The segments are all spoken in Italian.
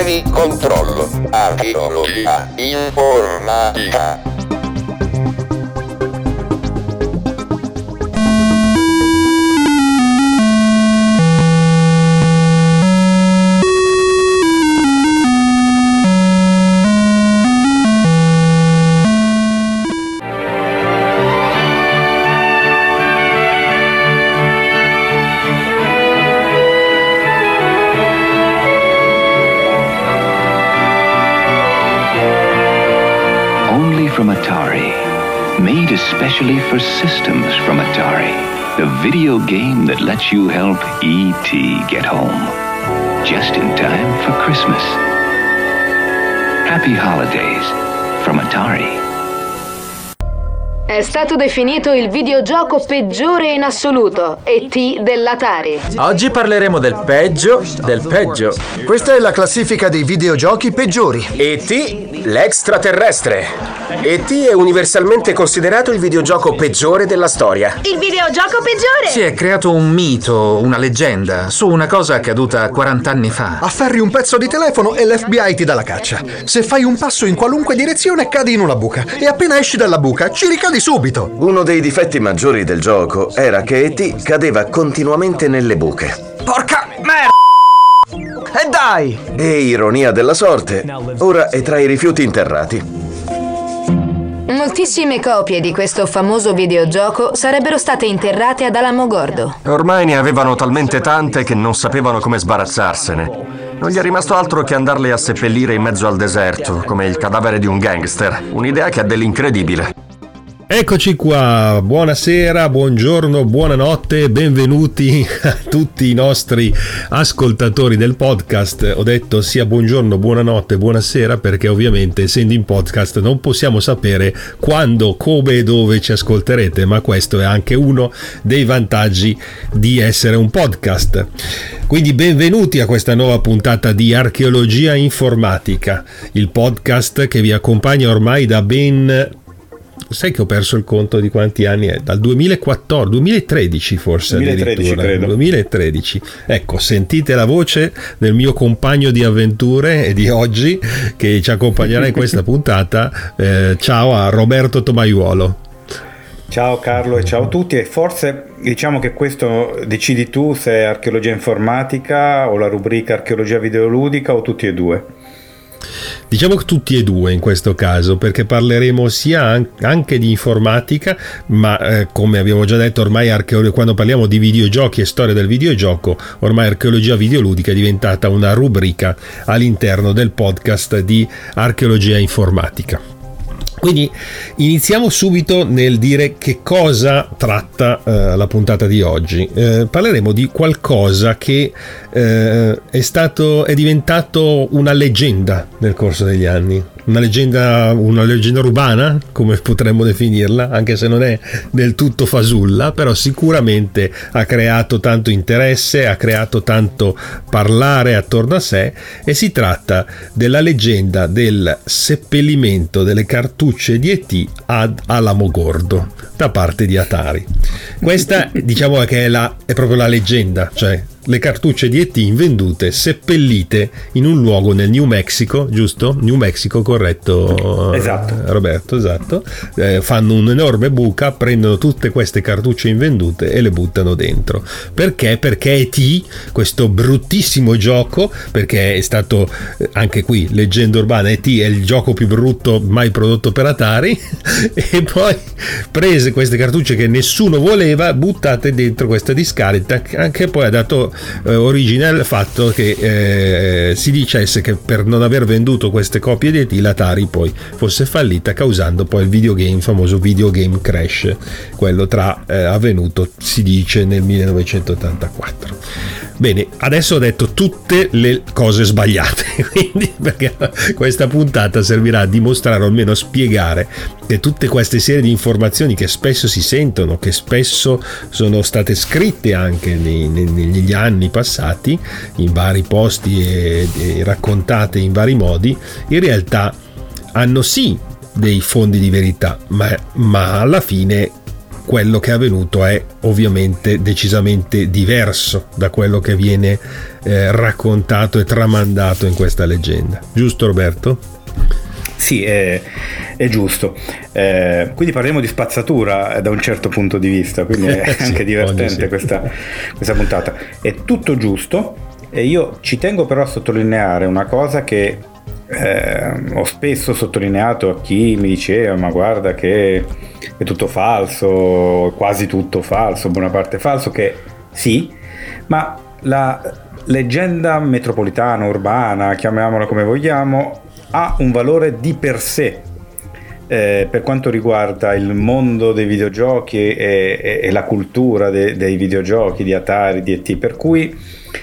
Previ controllo. Archeologia informatica. From Atari, made especially for systems from Atari, the video game that lets you help E.T. get home, just in time for Christmas. Happy Holidays from Atari. È stato definito il videogioco peggiore in assoluto, E.T. dell'Atari. Oggi parleremo del peggio del peggio. Questa è la classifica dei videogiochi peggiori. E.T. l'extraterrestre. E.T. è universalmente considerato il videogioco peggiore della storia. Il videogioco peggiore! Si è creato un mito, una leggenda, su una cosa accaduta 40 anni fa. Afferri un pezzo di telefono e l'FBI ti dà la caccia. Se fai un passo in qualunque direzione cadi in una buca e appena esci dalla buca ci ricadi subito. Uno dei difetti maggiori del gioco era che E.T. cadeva continuamente nelle buche. Porca merda! E dai! E ironia della sorte, ora è tra i rifiuti interrati. Moltissime copie di questo famoso videogioco sarebbero state interrate ad Alamogordo. Ormai ne avevano talmente tante che non sapevano come sbarazzarsene. Non gli è rimasto altro che andarle a seppellire in mezzo al deserto, come il cadavere di un gangster. Un'idea che ha dell'incredibile. Eccoci qua, buonasera, buongiorno, buonanotte, benvenuti a tutti i nostri ascoltatori del podcast. Ho detto sia buongiorno, buonanotte, buonasera perché ovviamente essendo in podcast non possiamo sapere quando, come e dove ci ascolterete, ma questo è anche uno dei vantaggi di essere un podcast. Quindi benvenuti a questa nuova puntata di Archeologia Informatica, il podcast che vi accompagna ormai da ben... Sai che ho perso il conto di quanti anni è? Dal 2013 forse 2013 addirittura. credo. 2013. Ecco, sentite la voce del mio compagno di avventure e di oggi che ci accompagnerà in questa puntata. Ciao a Roberto Tomaiuolo. Ciao Carlo e ciao a tutti. E forse diciamo che questo decidi tu se è archeologia informatica o la rubrica archeologia videoludica o tutti e due. Diciamo che tutti e due in questo caso, perché parleremo sia anche di informatica, ma come abbiamo già detto ormai quando parliamo di videogiochi e storia del videogioco, ormai archeologia videoludica è diventata una rubrica all'interno del podcast di archeologia informatica. Quindi iniziamo subito nel dire che cosa tratta la puntata di oggi. Parleremo di qualcosa che è diventato una leggenda nel corso degli anni. Una leggenda urbana, come potremmo definirla, anche se non è del tutto fasulla, però sicuramente ha creato tanto interesse, ha creato tanto parlare attorno a sé, e si tratta della leggenda del seppellimento delle cartucce di E.T. ad Alamogordo da parte di Atari. Questa diciamo che è proprio la leggenda, cioè le cartucce di E.T. invendute, seppellite in un luogo nel New Mexico, giusto? New Mexico, corretto? Esatto. Roberto, esatto. Fanno un'enorme buca, prendono tutte queste cartucce invendute e le buttano dentro. Perché? Perché E.T., questo bruttissimo gioco, perché è stato anche qui leggenda urbana, E.T. è il gioco più brutto mai prodotto per Atari e poi prese queste cartucce che nessuno voleva, buttate dentro questa discarica, anche poi ha dato origine al fatto che si dicesse che per non aver venduto queste copie di E.T. l'Atari poi fosse fallita, causando poi il famoso videogame crash, quello avvenuto si dice nel 1984. Bene, adesso ho detto tutte le cose sbagliate, quindi perché questa puntata servirà a dimostrare o almeno a spiegare che tutte queste serie di informazioni che spesso si sentono, che spesso sono state scritte anche negli anni passati in vari posti e raccontate in vari modi, in realtà hanno sì dei fondi di verità, ma alla fine quello che è avvenuto è ovviamente decisamente diverso da quello che viene raccontato e tramandato in questa leggenda. Giusto, Roberto? Sì, è giusto. Quindi parliamo di spazzatura da un certo punto di vista, quindi è sì, anche divertente sì. questa puntata. È tutto giusto, e io ci tengo però a sottolineare una cosa che ho spesso sottolineato a chi mi diceva: ma guarda che è tutto falso, quasi tutto falso, buona parte falso, che sì, ma la leggenda metropolitana, urbana, chiamiamola come vogliamo, ha un valore di per sé per quanto riguarda il mondo dei videogiochi e la cultura dei videogiochi, di Atari, di ET, per cui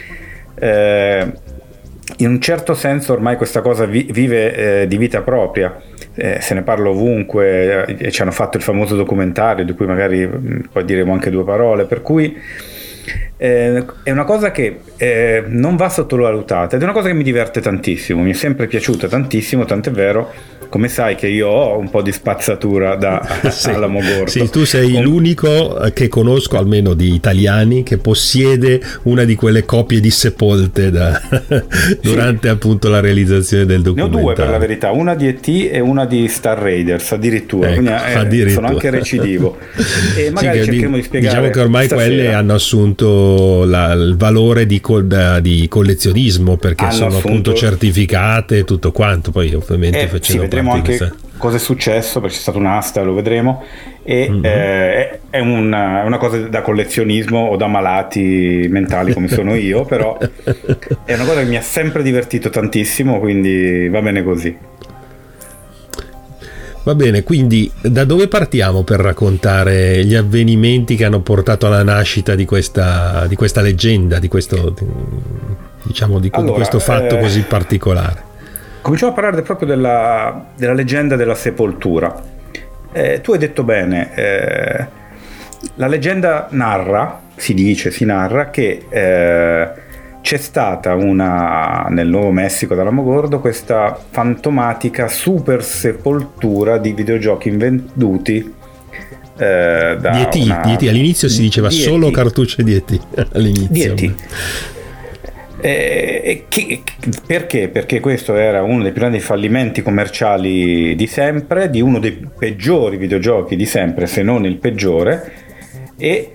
in un certo senso ormai questa cosa vive di vita propria, se ne parla ovunque, e ci hanno fatto il famoso documentario di cui magari poi diremo anche due parole, per cui è una cosa che non va sottovalutata, ed è una cosa che mi diverte tantissimo, mi è sempre piaciuta tantissimo, tant'è vero, come sai, che io ho un po' di spazzatura sì, all'Amogordo. Sì, tu sei l'unico che conosco, almeno di italiani, che possiede una di quelle copie di Sepolte durante appunto la realizzazione del documentario. Ne ho due, per la verità, una di ET e una di Star Raiders addirittura, ecco, quindi addirittura. Sono anche recidivo, e magari sì, cercheremo di spiegare. Diciamo che ormai stasera. quelle hanno assunto il valore di collezionismo, perché sono appunto certificate e tutto quanto, poi ovviamente facendo sì, vedremo anche cosa è successo, perché c'è stata un'asta, lo vedremo, e è una cosa da collezionismo o da malati mentali come sono io, però è una cosa che mi ha sempre divertito tantissimo, quindi va bene così. Va bene, quindi da dove partiamo per raccontare gli avvenimenti che hanno portato alla nascita di questa leggenda, di questo, diciamo, di questo fatto così particolare? Cominciamo a parlare proprio della leggenda della sepoltura. Tu hai detto bene, la leggenda si narra che c'è stata nel Nuovo Messico, dall'Amogordo, questa fantomatica super sepoltura di videogiochi invenduti di ET. All'inizio si diceva solo cartucce di ET. All'inizio. Di ET. Perché? Perché questo era uno dei più grandi fallimenti commerciali di sempre, di uno dei peggiori videogiochi di sempre, se non il peggiore, e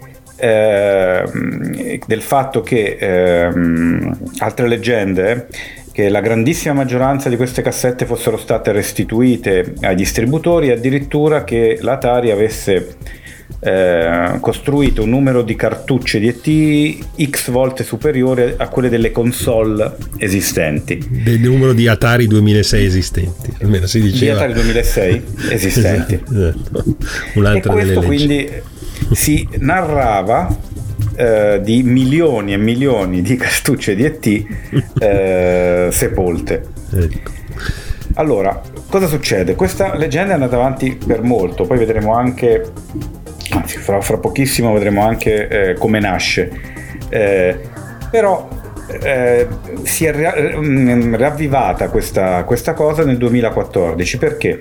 del fatto che altre leggende, che la grandissima maggioranza di queste cassette fossero state restituite ai distributori, addirittura che l'Atari avesse costruito un numero di cartucce di ET x volte superiore a quelle delle console esistenti, del numero di Atari 2006 esistenti, almeno si diceva, di Atari 2006 esistenti. Esatto. Un'altra e questo delle leggi. Quindi si narrava di milioni e milioni di cartucce di ET sepolte. Ecco. Allora, cosa succede? Questa leggenda è andata avanti per molto, poi vedremo anche, anzi fra pochissimo vedremo anche come nasce, però si è riavvivata questa cosa nel 2014.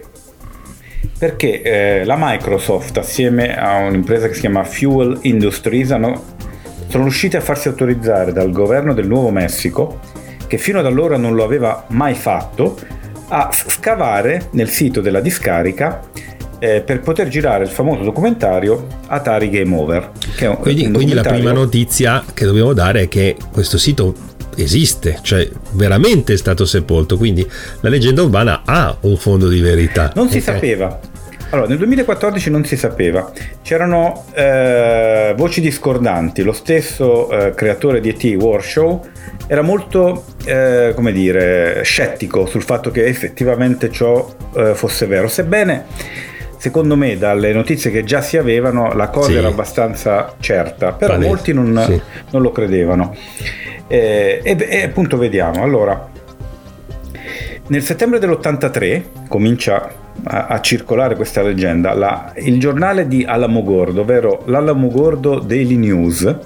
Perché la Microsoft, assieme a un'impresa che si chiama Fuel Industries, sono riusciti a farsi autorizzare dal governo del Nuovo Messico, che fino ad allora non lo aveva mai fatto, a scavare nel sito della discarica per poter girare il famoso documentario Atari Game Over. Che è quindi la prima notizia che dobbiamo dare è che questo sito esiste, cioè veramente è stato sepolto, quindi la leggenda urbana ha un fondo di verità. Non si sapeva. Allora, nel 2014 non si sapeva, c'erano voci discordanti. Lo stesso creatore di ET, Warshaw, era molto scettico sul fatto che effettivamente ciò fosse vero, sebbene secondo me dalle notizie che già si avevano la cosa era abbastanza certa, però molti non lo credevano. E appunto vediamo. Allora, nel settembre dell'83 comincia a circolare questa leggenda. Il giornale di Alamogordo, ovvero l'Alamogordo Daily News,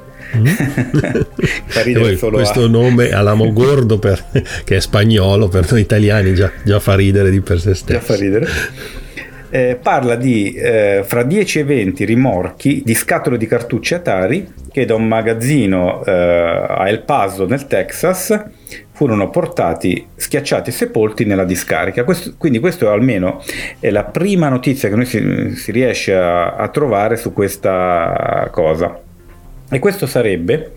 questo nome Alamogordo che è spagnolo, per noi italiani già fa ridere di per sé stesso. Già fa ridere. parla di fra 10 e 20 rimorchi di scatole di cartucce Atari che da un magazzino a El Paso nel Texas furono portati, schiacciati e sepolti nella discarica. Quindi questo almeno è la prima notizia che noi si riesce a trovare su questa cosa. E questo sarebbe,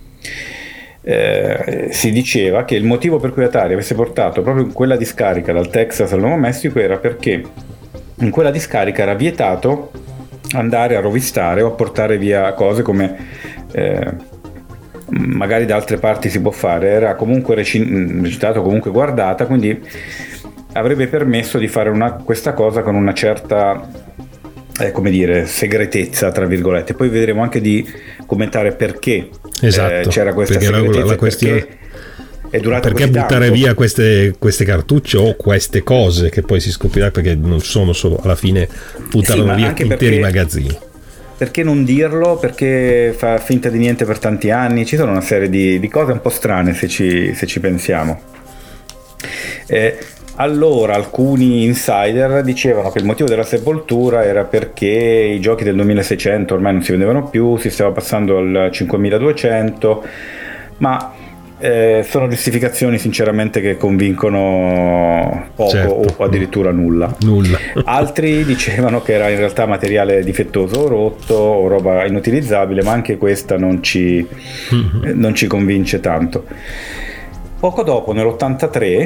si diceva che il motivo per cui Atari avesse portato proprio quella discarica dal Texas al Nuovo Messico era perché in quella discarica era vietato andare a rovistare o a portare via cose come magari da altre parti si può fare. Era comunque recitato, comunque guardata, quindi avrebbe permesso di fare questa cosa con una certa come dire, segretezza tra virgolette. Poi vedremo anche di commentare perché c'era questa segretezza, la questione è durata perché così buttare tanto. via queste cartucce o queste cose che poi si scoprirà perché non sono solo, alla fine buttarono via interi magazzini. Perché non dirlo? Perché fa finta di niente per tanti anni? Ci sono una serie di cose un po' strane se ci pensiamo. Allora, alcuni insider dicevano che il motivo della sepoltura era perché i giochi del 2600 ormai non si vendevano più, si stava passando al 5200, ma sono giustificazioni sinceramente che convincono poco, certo, o addirittura nulla. Altri dicevano che era in realtà materiale difettoso o rotto o roba inutilizzabile, ma anche questa non ci convince tanto. Poco dopo, nell'83,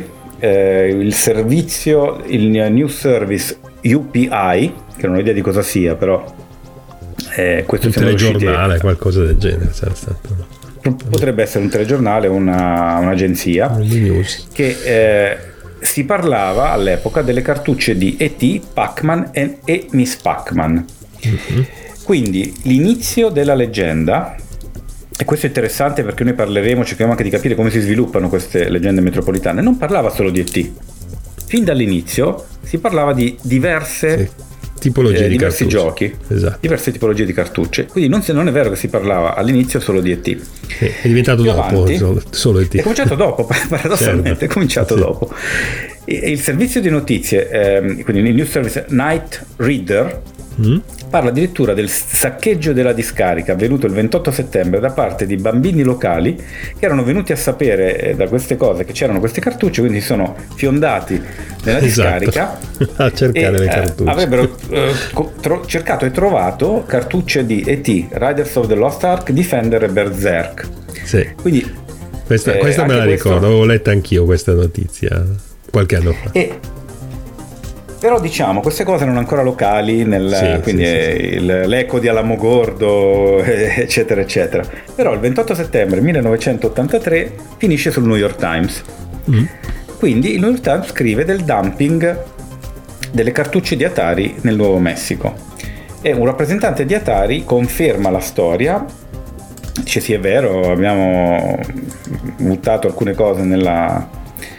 il News Service UPI, che non ho idea di cosa sia, però questo un telegiornale, qualcosa del genere sarà stato. Potrebbe essere un telegiornale o un'agenzia che si parlava all'epoca delle cartucce di E.T., Pac-Man e Miss Pac-Man. Quindi l'inizio della leggenda, e questo è interessante perché noi cerchiamo anche di capire come si sviluppano queste leggende metropolitane, non parlava solo di E.T. Fin dall'inizio si parlava di diverse tipologie di diversi cartucce. Giochi, esatto, diverse tipologie di cartucce. Quindi non è vero che si parlava all'inizio solo di E.T. È diventato più dopo avanti, solo E.T. È cominciato dopo, paradossalmente, certo, è cominciato dopo. Il servizio di notizie, quindi il News Service Night Reader, parla addirittura del saccheggio della discarica avvenuto il 28 settembre da parte di bambini locali che erano venuti a sapere da queste cose che c'erano queste cartucce, quindi si sono fiondati nella discarica, esatto, a cercare le cartucce. Avrebbero cercato e trovato cartucce di E.T., Riders of the Lost Ark, Defender e Berserk. Sì. Quindi questa me la ricordo, avevo letto anch'io questa notizia qualche anno fa. Però diciamo, queste cose erano ancora locali, quindi l'eco di Alamogordo, eccetera, eccetera. Però il 28 settembre 1983 finisce sul New York Times. Quindi il New York Times scrive del dumping delle cartucce di Atari nel Nuovo Messico. E un rappresentante di Atari conferma la storia, dice sì, è vero, abbiamo buttato alcune cose nella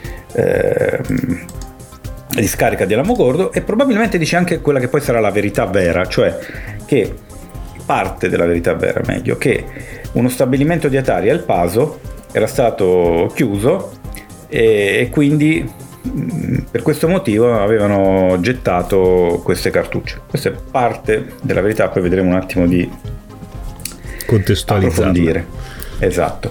discarica di Alamogordo, e probabilmente dice anche quella che poi sarà la verità vera, cioè che parte della verità vera, meglio, che uno stabilimento di Atari a El Paso era stato chiuso e quindi per questo motivo avevano gettato queste cartucce. Questa è parte della verità, poi vedremo un attimo di approfondire. Esatto.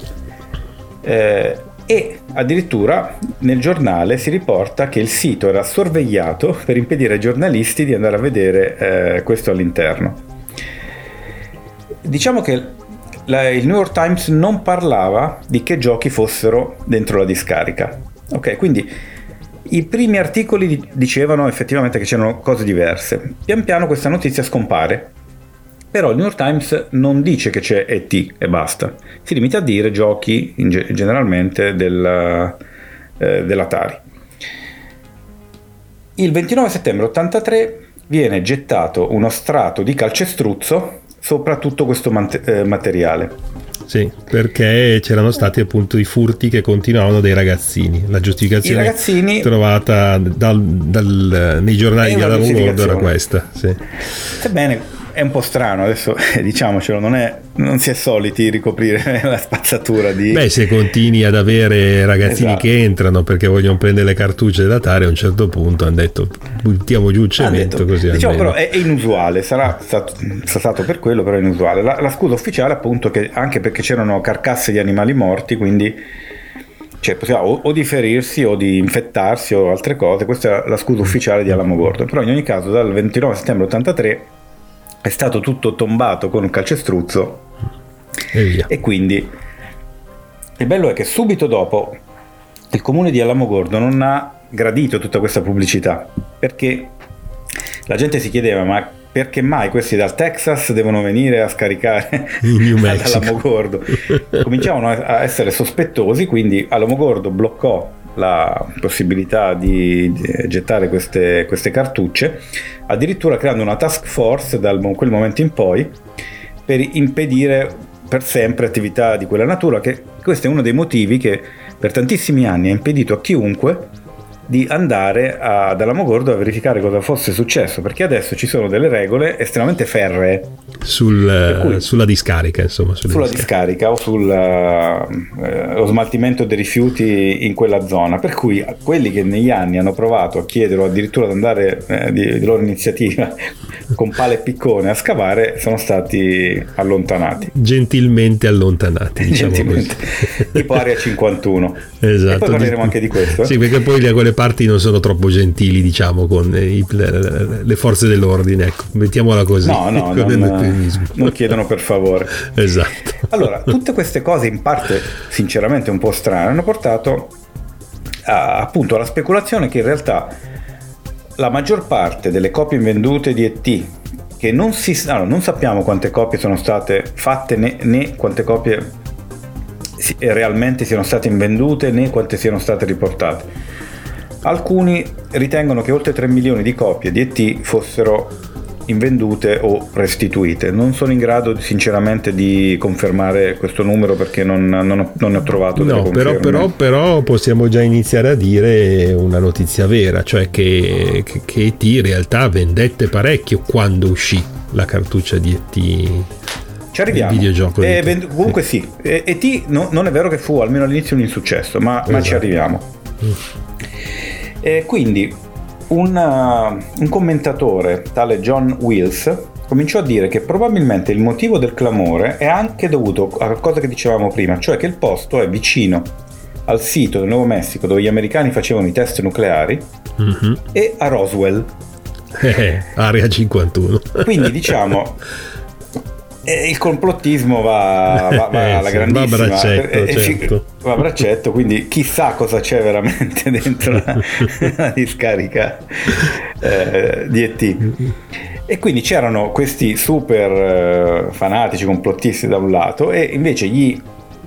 E addirittura nel giornale si riporta che il sito era sorvegliato per impedire ai giornalisti di andare a vedere questo all'interno. Diciamo che il New York Times non parlava di che giochi fossero dentro la discarica. Ok, quindi i primi articoli dicevano effettivamente che c'erano cose diverse. Pian piano questa notizia scompare. Però il New York Times non dice che c'è E.T. e basta, si limita a dire giochi generalmente dell'Atari. Il 29 settembre 83 viene gettato uno strato di calcestruzzo sopra tutto questo materiale. Sì, perché c'erano stati appunto i furti che continuavano dei ragazzini. La giustificazione trovata nei giornali di Alamogordo era questa. Sì. Ebbene, è un po' strano, adesso diciamocelo, non si è soliti ricoprire la spazzatura di... Beh, se continui ad avere ragazzini Esatto. che entrano perché vogliono prendere le cartucce da Atari, a un certo punto hanno detto buttiamo giù il cemento, così diciamo, almeno. però è inusuale, sarà stato per quello, però è inusuale. La scusa ufficiale, appunto, che anche perché c'erano carcasse di animali morti, quindi possiamo o di ferirsi o di infettarsi o altre cose. Questa è la scusa ufficiale di Alamogordo. Però in ogni caso dal 29 settembre 83 è stato tutto tombato con un calcestruzzo E via. e quindi il bello è che subito dopo il comune di Alamogordo non ha gradito tutta questa pubblicità, perché la gente si chiedeva: ma perché mai questi dal Texas devono venire a scaricare In New Mexico. ad Alamogordo? Cominciavano a essere sospettosi, quindi Alamogordo bloccò la possibilità di gettare queste cartucce, addirittura creando una task force da quel momento in poi per impedire per sempre attività di quella natura, che questo è uno dei motivi che per tantissimi anni ha impedito a chiunque di andare ad Alamogordo a verificare cosa fosse successo, perché adesso ci sono delle regole estremamente ferree Sulla discarica, insomma, sulla discarica o lo smaltimento dei rifiuti in quella zona, per cui quelli che negli anni hanno provato a chiedere o addirittura ad andare di loro iniziativa con pale e piccone a scavare sono stati allontanati, gentilmente allontanati, diciamo gentilmente, così. tipo Area 51. Esatto. E poi parleremo anche di questo. Sì, perché poi da quelle parti non sono troppo gentili, diciamo, con le forze dell'ordine, ecco, mettiamola così. No, non chiedono per favore. Esatto. Allora, tutte queste cose, in parte sinceramente un po' strane, hanno portato appunto alla speculazione che in realtà la maggior parte delle copie invendute di E.T., che non sappiamo quante copie sono state fatte né quante copie realmente siano state invendute né quante siano state riportate. Alcuni ritengono che oltre 3 milioni di copie di E.T. fossero invendute o restituite. Non sono in grado sinceramente di confermare questo numero, perché non ho trovato delle conferme. Però possiamo già iniziare a dire una notizia vera, cioè che E.T. in realtà vendette parecchio quando uscì la cartuccia di E.T. Ci arriviamo. Il videogioco comunque sì, E.T. non è vero che fu almeno all'inizio un insuccesso, ma ci arriviamo. Quindi un commentatore tale John Wills cominciò a dire che probabilmente il motivo del clamore è anche dovuto a cosa che dicevamo prima, cioè che il posto è vicino al sito del Nuovo Messico dove gli americani facevano i test nucleari, e a Roswell, Area 51. quindi diciamo il complottismo va alla grandissima, va a braccetto, certo. Va a braccetto, quindi chissà cosa c'è veramente dentro la discarica di E.T. E quindi c'erano questi super fanatici complottisti da un lato, e invece gli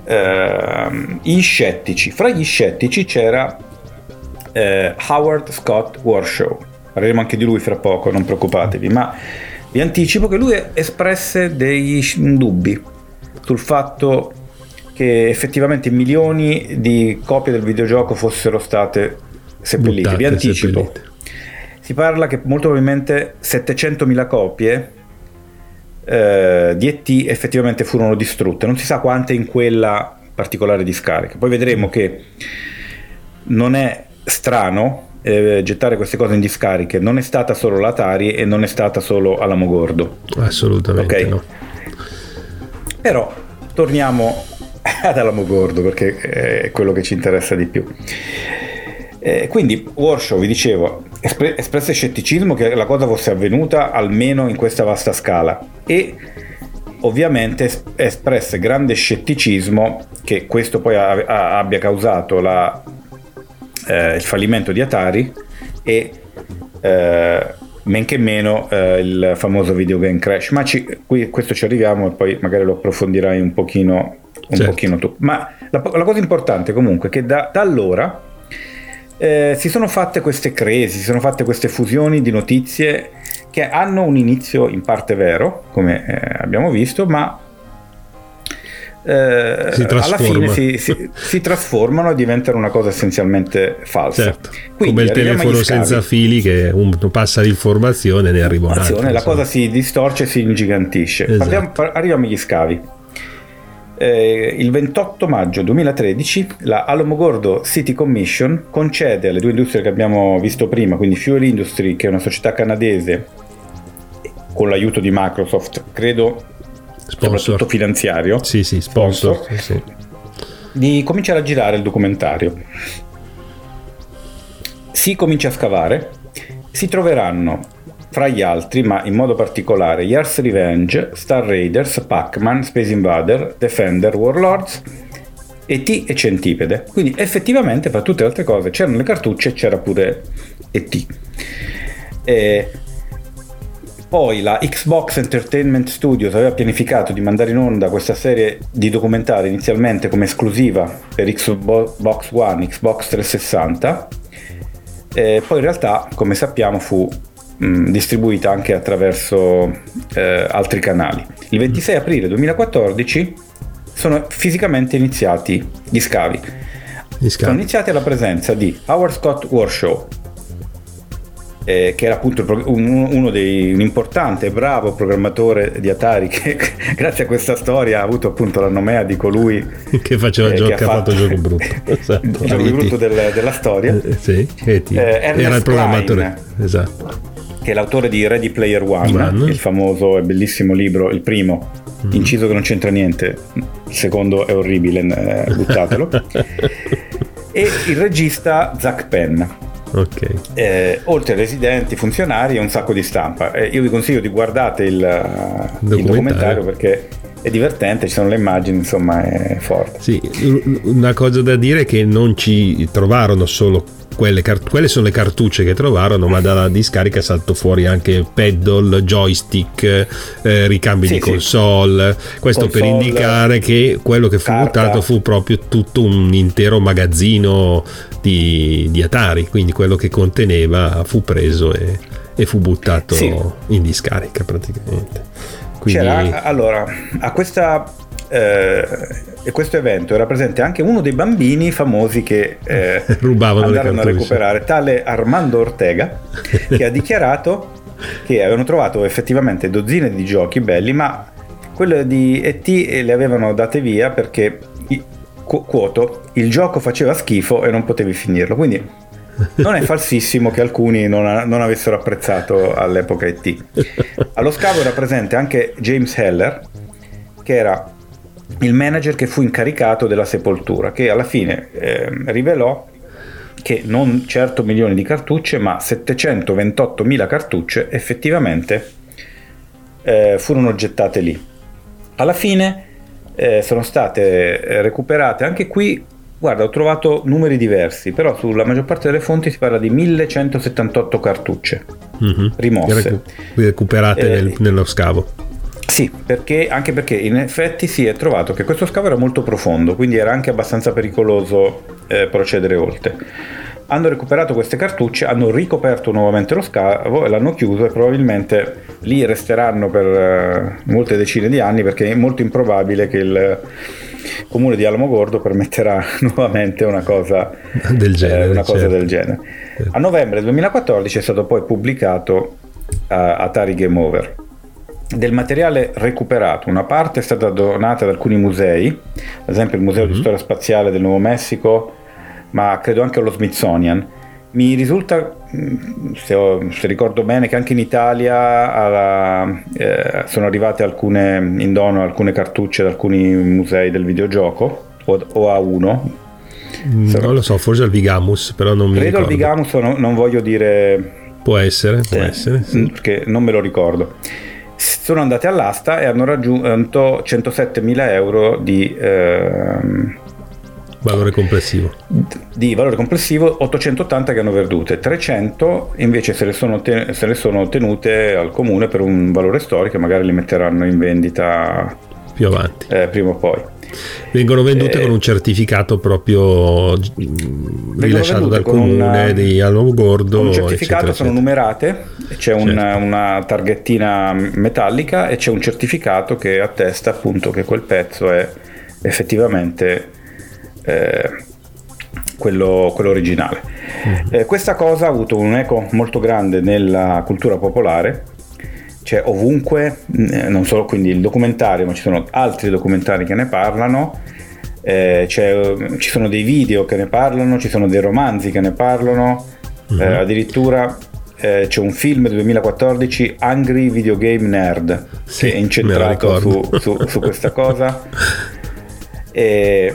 scettici. Fra gli scettici c'era Howard Scott Warshaw. Parleremo anche di lui fra poco, non preoccupatevi, ma vi anticipo che lui espresse dei dubbi sul fatto che effettivamente milioni di copie del videogioco fossero state seppellite. Buttate, vi anticipo, seppellite. Si parla che molto probabilmente 700.000 copie di E.T. effettivamente furono distrutte, non si sa quante in quella particolare discarica. Poi vedremo che non è strano gettare queste cose in discariche, non è stata solo l'Atari e non è stata solo Alamogordo, assolutamente, okay? No. Però torniamo ad Alamogordo, perché è quello che ci interessa di più. Quindi Warshaw, vi dicevo, espresse scetticismo che la cosa fosse avvenuta almeno in questa vasta scala, e ovviamente espresse grande scetticismo che questo poi abbia causato il fallimento di Atari e men che meno il famoso video game crash. Ma questo ci arriviamo e poi magari lo approfondirai un pochino tu. Ma la cosa importante comunque è che da allora si sono fatte queste crisi, si sono fatte queste fusioni di notizie che hanno un inizio in parte vero, come abbiamo visto, ma alla fine si trasformano e diventano una cosa essenzialmente falsa. Certo. Quindi, come il telefono senza fili che passa l'informazione e ne arriva un altro. La cosa si distorce e si ingigantisce. Esatto. Arriviamo agli scavi. Il 28 maggio 2013 la Alamogordo City Commission concede alle due industrie che abbiamo visto prima, quindi Fuel Industry, che è una società canadese con l'aiuto di Microsoft, credo soprattutto finanziario, sponsor. Sì. Di cominciare a girare il documentario. Si comincia a scavare, si troveranno fra gli altri, ma in modo particolare, Yars Revenge, Star Raiders, Pac-Man, Space Invader, Defender, Warlords, E.T. e Centipede. Quindi effettivamente, fra tutte le altre cose, c'erano le cartucce e c'era pure E.T. Poi la Xbox Entertainment Studios aveva pianificato di mandare in onda questa serie di documentari inizialmente come esclusiva per Xbox One, Xbox 360, poi in realtà, come sappiamo, fu distribuita anche attraverso altri canali. Il 26 aprile 2014 sono fisicamente iniziati gli scavi. Sono iniziati alla presenza di Howard Scott Warshaw, che era appunto un importante e bravo programmatore di Atari, che grazie a questa storia ha avuto appunto la nomea di colui che faceva giochi, ha fatto gioco brutto, esatto. Il gioco brutto della storia. Era il programmatore, esatto, che è l'autore di Ready Player One, il famoso e bellissimo libro, il primo, inciso che non c'entra niente, il secondo è orribile, buttatelo. E il regista Zach Penn. Oltre ai residenti, funzionari e un sacco di stampa. Io vi consiglio di guardate il documentario perché è divertente, ci sono le immagini, insomma è forte. Sì, una cosa da dire è che non ci trovarono solo quelle sono le cartucce che trovarono, ma dalla discarica saltò fuori anche pedal, joystick, ricambi di console. Questo per indicare che quello che fu buttato fu proprio tutto un intero magazzino di Atari, quindi quello che conteneva fu preso e fu buttato in discarica praticamente. Quindi... allora, a questo evento era presente anche uno dei bambini famosi che andarono a recuperare, tale Armando Ortega, che ha dichiarato che avevano trovato effettivamente dozzine di giochi belli, ma quello di E.T. le avevano date via perché, quoto, il gioco faceva schifo e non potevi finirlo. Quindi non è falsissimo che alcuni non avessero apprezzato all'epoca E.T. Allo scavo era presente anche James Heller, che era il manager che fu incaricato della sepoltura, che alla fine rivelò che non certo milioni di cartucce, ma 728.000 cartucce effettivamente furono gettate lì. Alla fine sono state recuperate anche qui. Guarda, ho trovato numeri diversi, però sulla maggior parte delle fonti si parla di 1178 cartucce rimosse, recuperate nello scavo. Sì, anche perché in effetti si è trovato che questo scavo era molto profondo, quindi era anche abbastanza pericoloso procedere oltre. Hanno recuperato queste cartucce, hanno ricoperto nuovamente lo scavo e l'hanno chiuso, e probabilmente lì resteranno per molte decine di anni, perché è molto improbabile che il comune di Alamogordo permetterà nuovamente una cosa del genere. A novembre 2014 è stato poi pubblicato Atari Game Over. Del materiale recuperato, una parte è stata donata ad alcuni musei, ad esempio il Museo di Storia Spaziale del Nuovo Messico, ma credo anche allo Smithsonian. Mi risulta, se ricordo bene, che anche in Italia sono arrivate in dono alcune cartucce da alcuni musei del videogioco, o a uno. Non lo so, forse al Vigamus, però non mi ricordo. Credo al Vigamus, non voglio dire... Può essere, sì. Perché non me lo ricordo. Sono andate all'asta e hanno raggiunto 107.000 euro di valore complessivo. 880 che hanno vendute, 300 invece se le sono tenute al comune per un valore storico, e magari li metteranno in vendita più avanti, prima o poi. Vengono vendute con un certificato proprio rilasciato dal comune di Alamogordo. Con un certificato, eccetera, sono numerate, c'è una targhettina metallica e c'è un certificato che attesta appunto che quel pezzo è effettivamente quello originale. Questa cosa ha avuto un eco molto grande nella cultura popolare, c'è ovunque, non solo quindi il documentario, ma ci sono altri documentari che ne parlano, ci sono dei video che ne parlano, ci sono dei romanzi che ne parlano, addirittura c'è un film del 2014, Angry Video Game Nerd, che è incentrato su questa cosa, e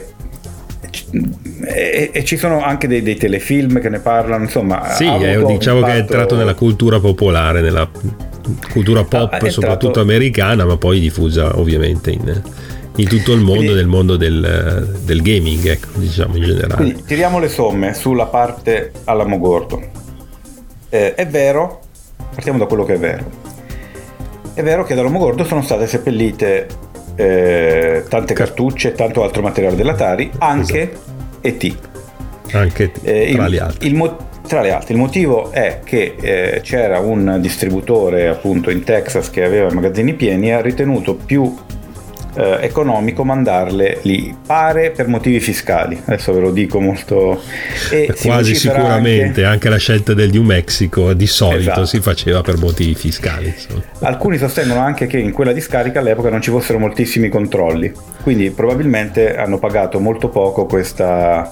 ci sono anche dei telefilm che ne parlano, insomma. Sì, diciamo che è entrato nella cultura popolare, nella cultura pop soprattutto americana, ma poi diffusa ovviamente in tutto il mondo, nel mondo del gaming, ecco, diciamo in generale. Quindi tiriamo le somme sulla parte Alamogordo. È vero, partiamo da quello che è vero. È vero che ad Alamogordo sono state seppellite tante cartucce e tanto altro materiale dell'Atari, anche E.T. Anche tra gli altri. Tra le altre, il motivo è che c'era un distributore appunto in Texas che aveva magazzini pieni e ha ritenuto più economico mandarle lì, pare per motivi fiscali, adesso ve lo dico molto, e quasi sicuramente anche la scelta del New Mexico di solito si faceva per motivi fiscali, insomma. Alcuni sostengono anche che in quella discarica all'epoca non ci fossero moltissimi controlli, quindi probabilmente hanno pagato molto poco questa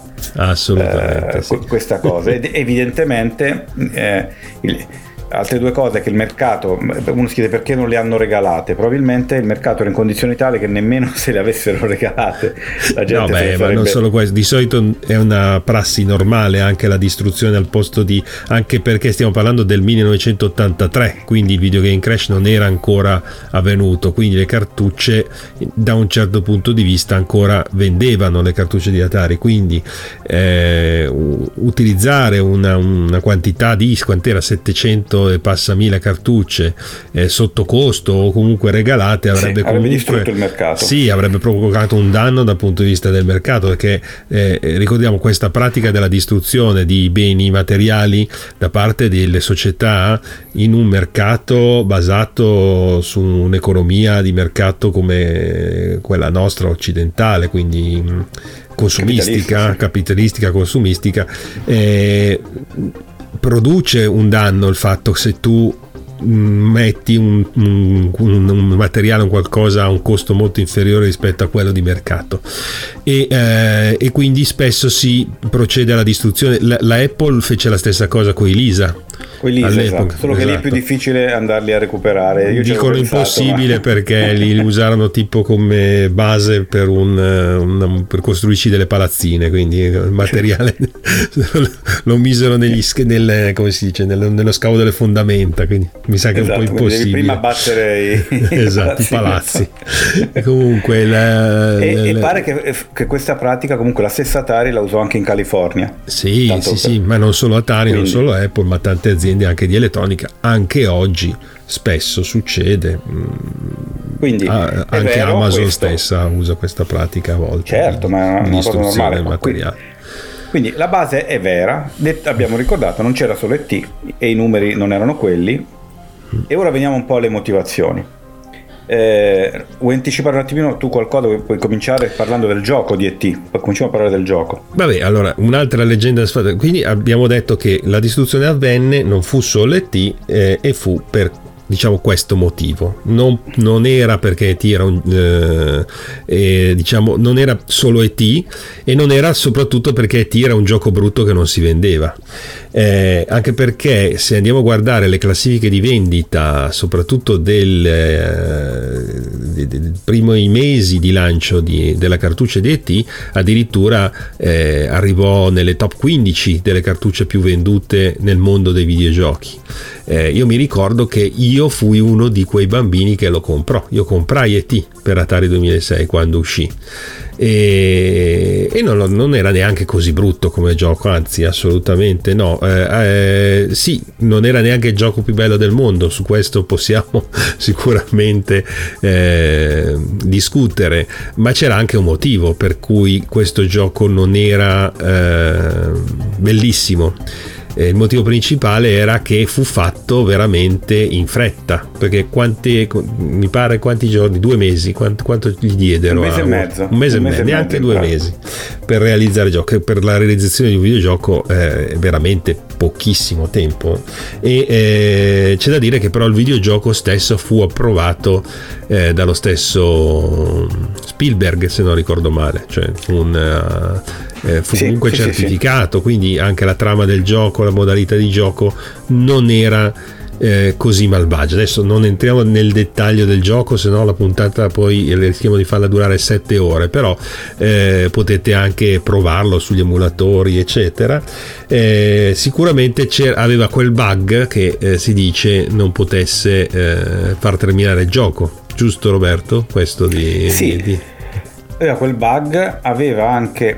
cosa, ed evidentemente altre due cose, che il mercato, uno si chiede perché non le hanno regalate, probabilmente il mercato era in condizioni tali che nemmeno se le avessero regalate la gente ma non solo questo, di solito è una prassi normale anche la distruzione al posto di, anche perché stiamo parlando del 1983, quindi il Video Game Crash non era ancora avvenuto, quindi le cartucce da un certo punto di vista ancora vendevano, le cartucce di Atari, quindi utilizzare una quantità di, quant'era, 700 e passa mila cartucce sotto costo o comunque regalate avrebbe distrutto il mercato. Sì, avrebbe provocato un danno dal punto di vista del mercato, perché ricordiamo questa pratica della distruzione di beni materiali da parte delle società in un mercato basato su un'economia di mercato come quella nostra occidentale, quindi capitalistica, consumistica, produce un danno il fatto che se tu metti un materiale, un qualcosa a un costo molto inferiore rispetto a quello di mercato, e quindi spesso si procede alla distruzione. La Apple fece la stessa cosa con i Lisa all'epoca, solo che lì è più difficile andarli a recuperare. Io dicono impossibile perché li usarono tipo come base per costruirci delle palazzine, quindi il materiale lo misero come si dice, nello scavo delle fondamenta, quindi mi sa che è un po' impossibile. Devi prima battere i palazzi. Comunque e pare che questa pratica comunque la stessa Atari la usò anche in California. Sì, ma non solo Atari, non solo Apple, ma tante aziende anche di elettronica, anche oggi spesso succede. Quindi anche Amazon stessa usa questa pratica a volte. Certo, ma è una cosa normale. Del materiale. Quindi la base è vera, abbiamo ricordato, non c'era solo ET e i numeri non erano quelli. E ora veniamo un po' alle motivazioni. Vuoi anticipare un attimino tu qualcosa? Puoi cominciare parlando del gioco di ET, poi cominciamo a parlare del gioco. Vabbè, allora, un'altra leggenda, quindi abbiamo detto che la distruzione avvenne, non fu solo ET, e fu per, diciamo, questo motivo. Non era perché ET era diciamo, non era solo ET, e non era soprattutto perché ET era un gioco brutto che non si vendeva. Anche perché se andiamo a guardare le classifiche di vendita, soprattutto dei primi mesi di lancio della cartuccia di ET, addirittura arrivò nelle top 15 delle cartucce più vendute nel mondo dei videogiochi. Io mi ricordo che io fui uno di quei bambini che lo comprò. Io comprai ET per Atari 2006 quando uscì, e non era neanche così brutto come gioco, anzi assolutamente no. Sì, non era neanche il gioco più bello del mondo, su questo possiamo sicuramente discutere, ma c'era anche un motivo per cui questo gioco non era bellissimo. il motivo principale era che fu fatto veramente in fretta, perché mi pare quanti giorni? 2 mesi, quanto gli diedero? Un mese e mezzo. Un mese e mezzo, neanche 2 mesi per realizzare il gioco. Per la realizzazione di un videogioco è veramente pochissimo tempo, e c'è da dire che però il videogioco stesso fu approvato dallo stesso Spielberg, se non ricordo male, cioè fu comunque certificato, quindi anche la trama del gioco, la modalità di gioco non era così malvagia. Adesso non entriamo nel dettaglio del gioco, se no la puntata poi rischiamo di farla durare 7 ore, però potete anche provarlo sugli emulatori eccetera. Sicuramente aveva quel bug che si dice non potesse far terminare il gioco, giusto Roberto? Questo aveva quel bug, aveva anche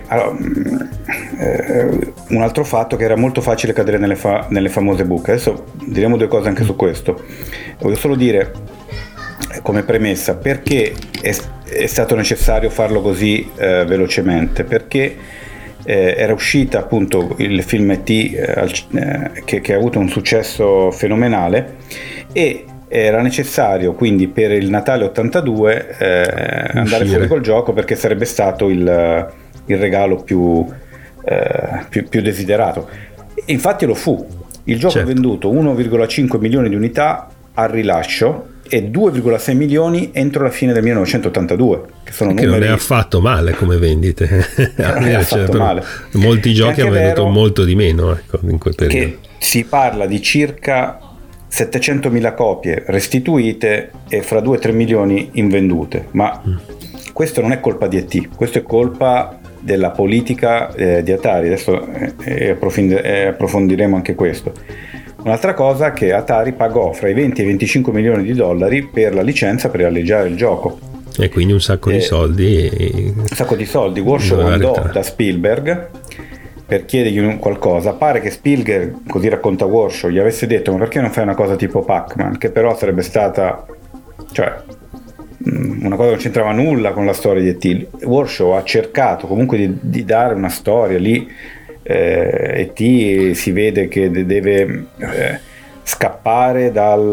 un altro fatto, che era molto facile cadere nelle famose buche. Adesso diremo 2 cose anche su questo. Voglio solo dire come premessa perché è stato necessario farlo così velocemente, perché era uscita appunto il film E.T. che ha avuto un successo fenomenale, e era necessario quindi per il Natale 82 andare fuori col gioco, perché sarebbe stato il regalo più desiderato. Infatti lo fu. Il gioco ha venduto 1,5 milioni di unità al rilascio e 2,6 milioni entro la fine del 1982, che sono numeri non è affatto male come vendite. Non è affatto male. Molti giochi hanno venduto molto di meno, ecco, in quel periodo. Che si parla di circa 700.000 copie restituite e fra 2-3 milioni invendute, ma questo non è colpa di E.T., questo è colpa della politica di Atari. Adesso approfondiremo anche questo. Un'altra cosa, che Atari pagò fra i 20 e i 25 milioni di dollari per la licenza per realizzare il gioco, e quindi un sacco di soldi. Un sacco di soldi. Warshaw andò da Spielberg per chiedergli qualcosa. Pare che Spielberg, così racconta Warshaw, gli avesse detto: ma perché non fai una cosa tipo Pac-Man, che però sarebbe stata, cioè, una cosa che non c'entrava nulla con la storia di E.T. Warshaw ha cercato comunque di dare una storia lì. E.T. si vede che deve scappare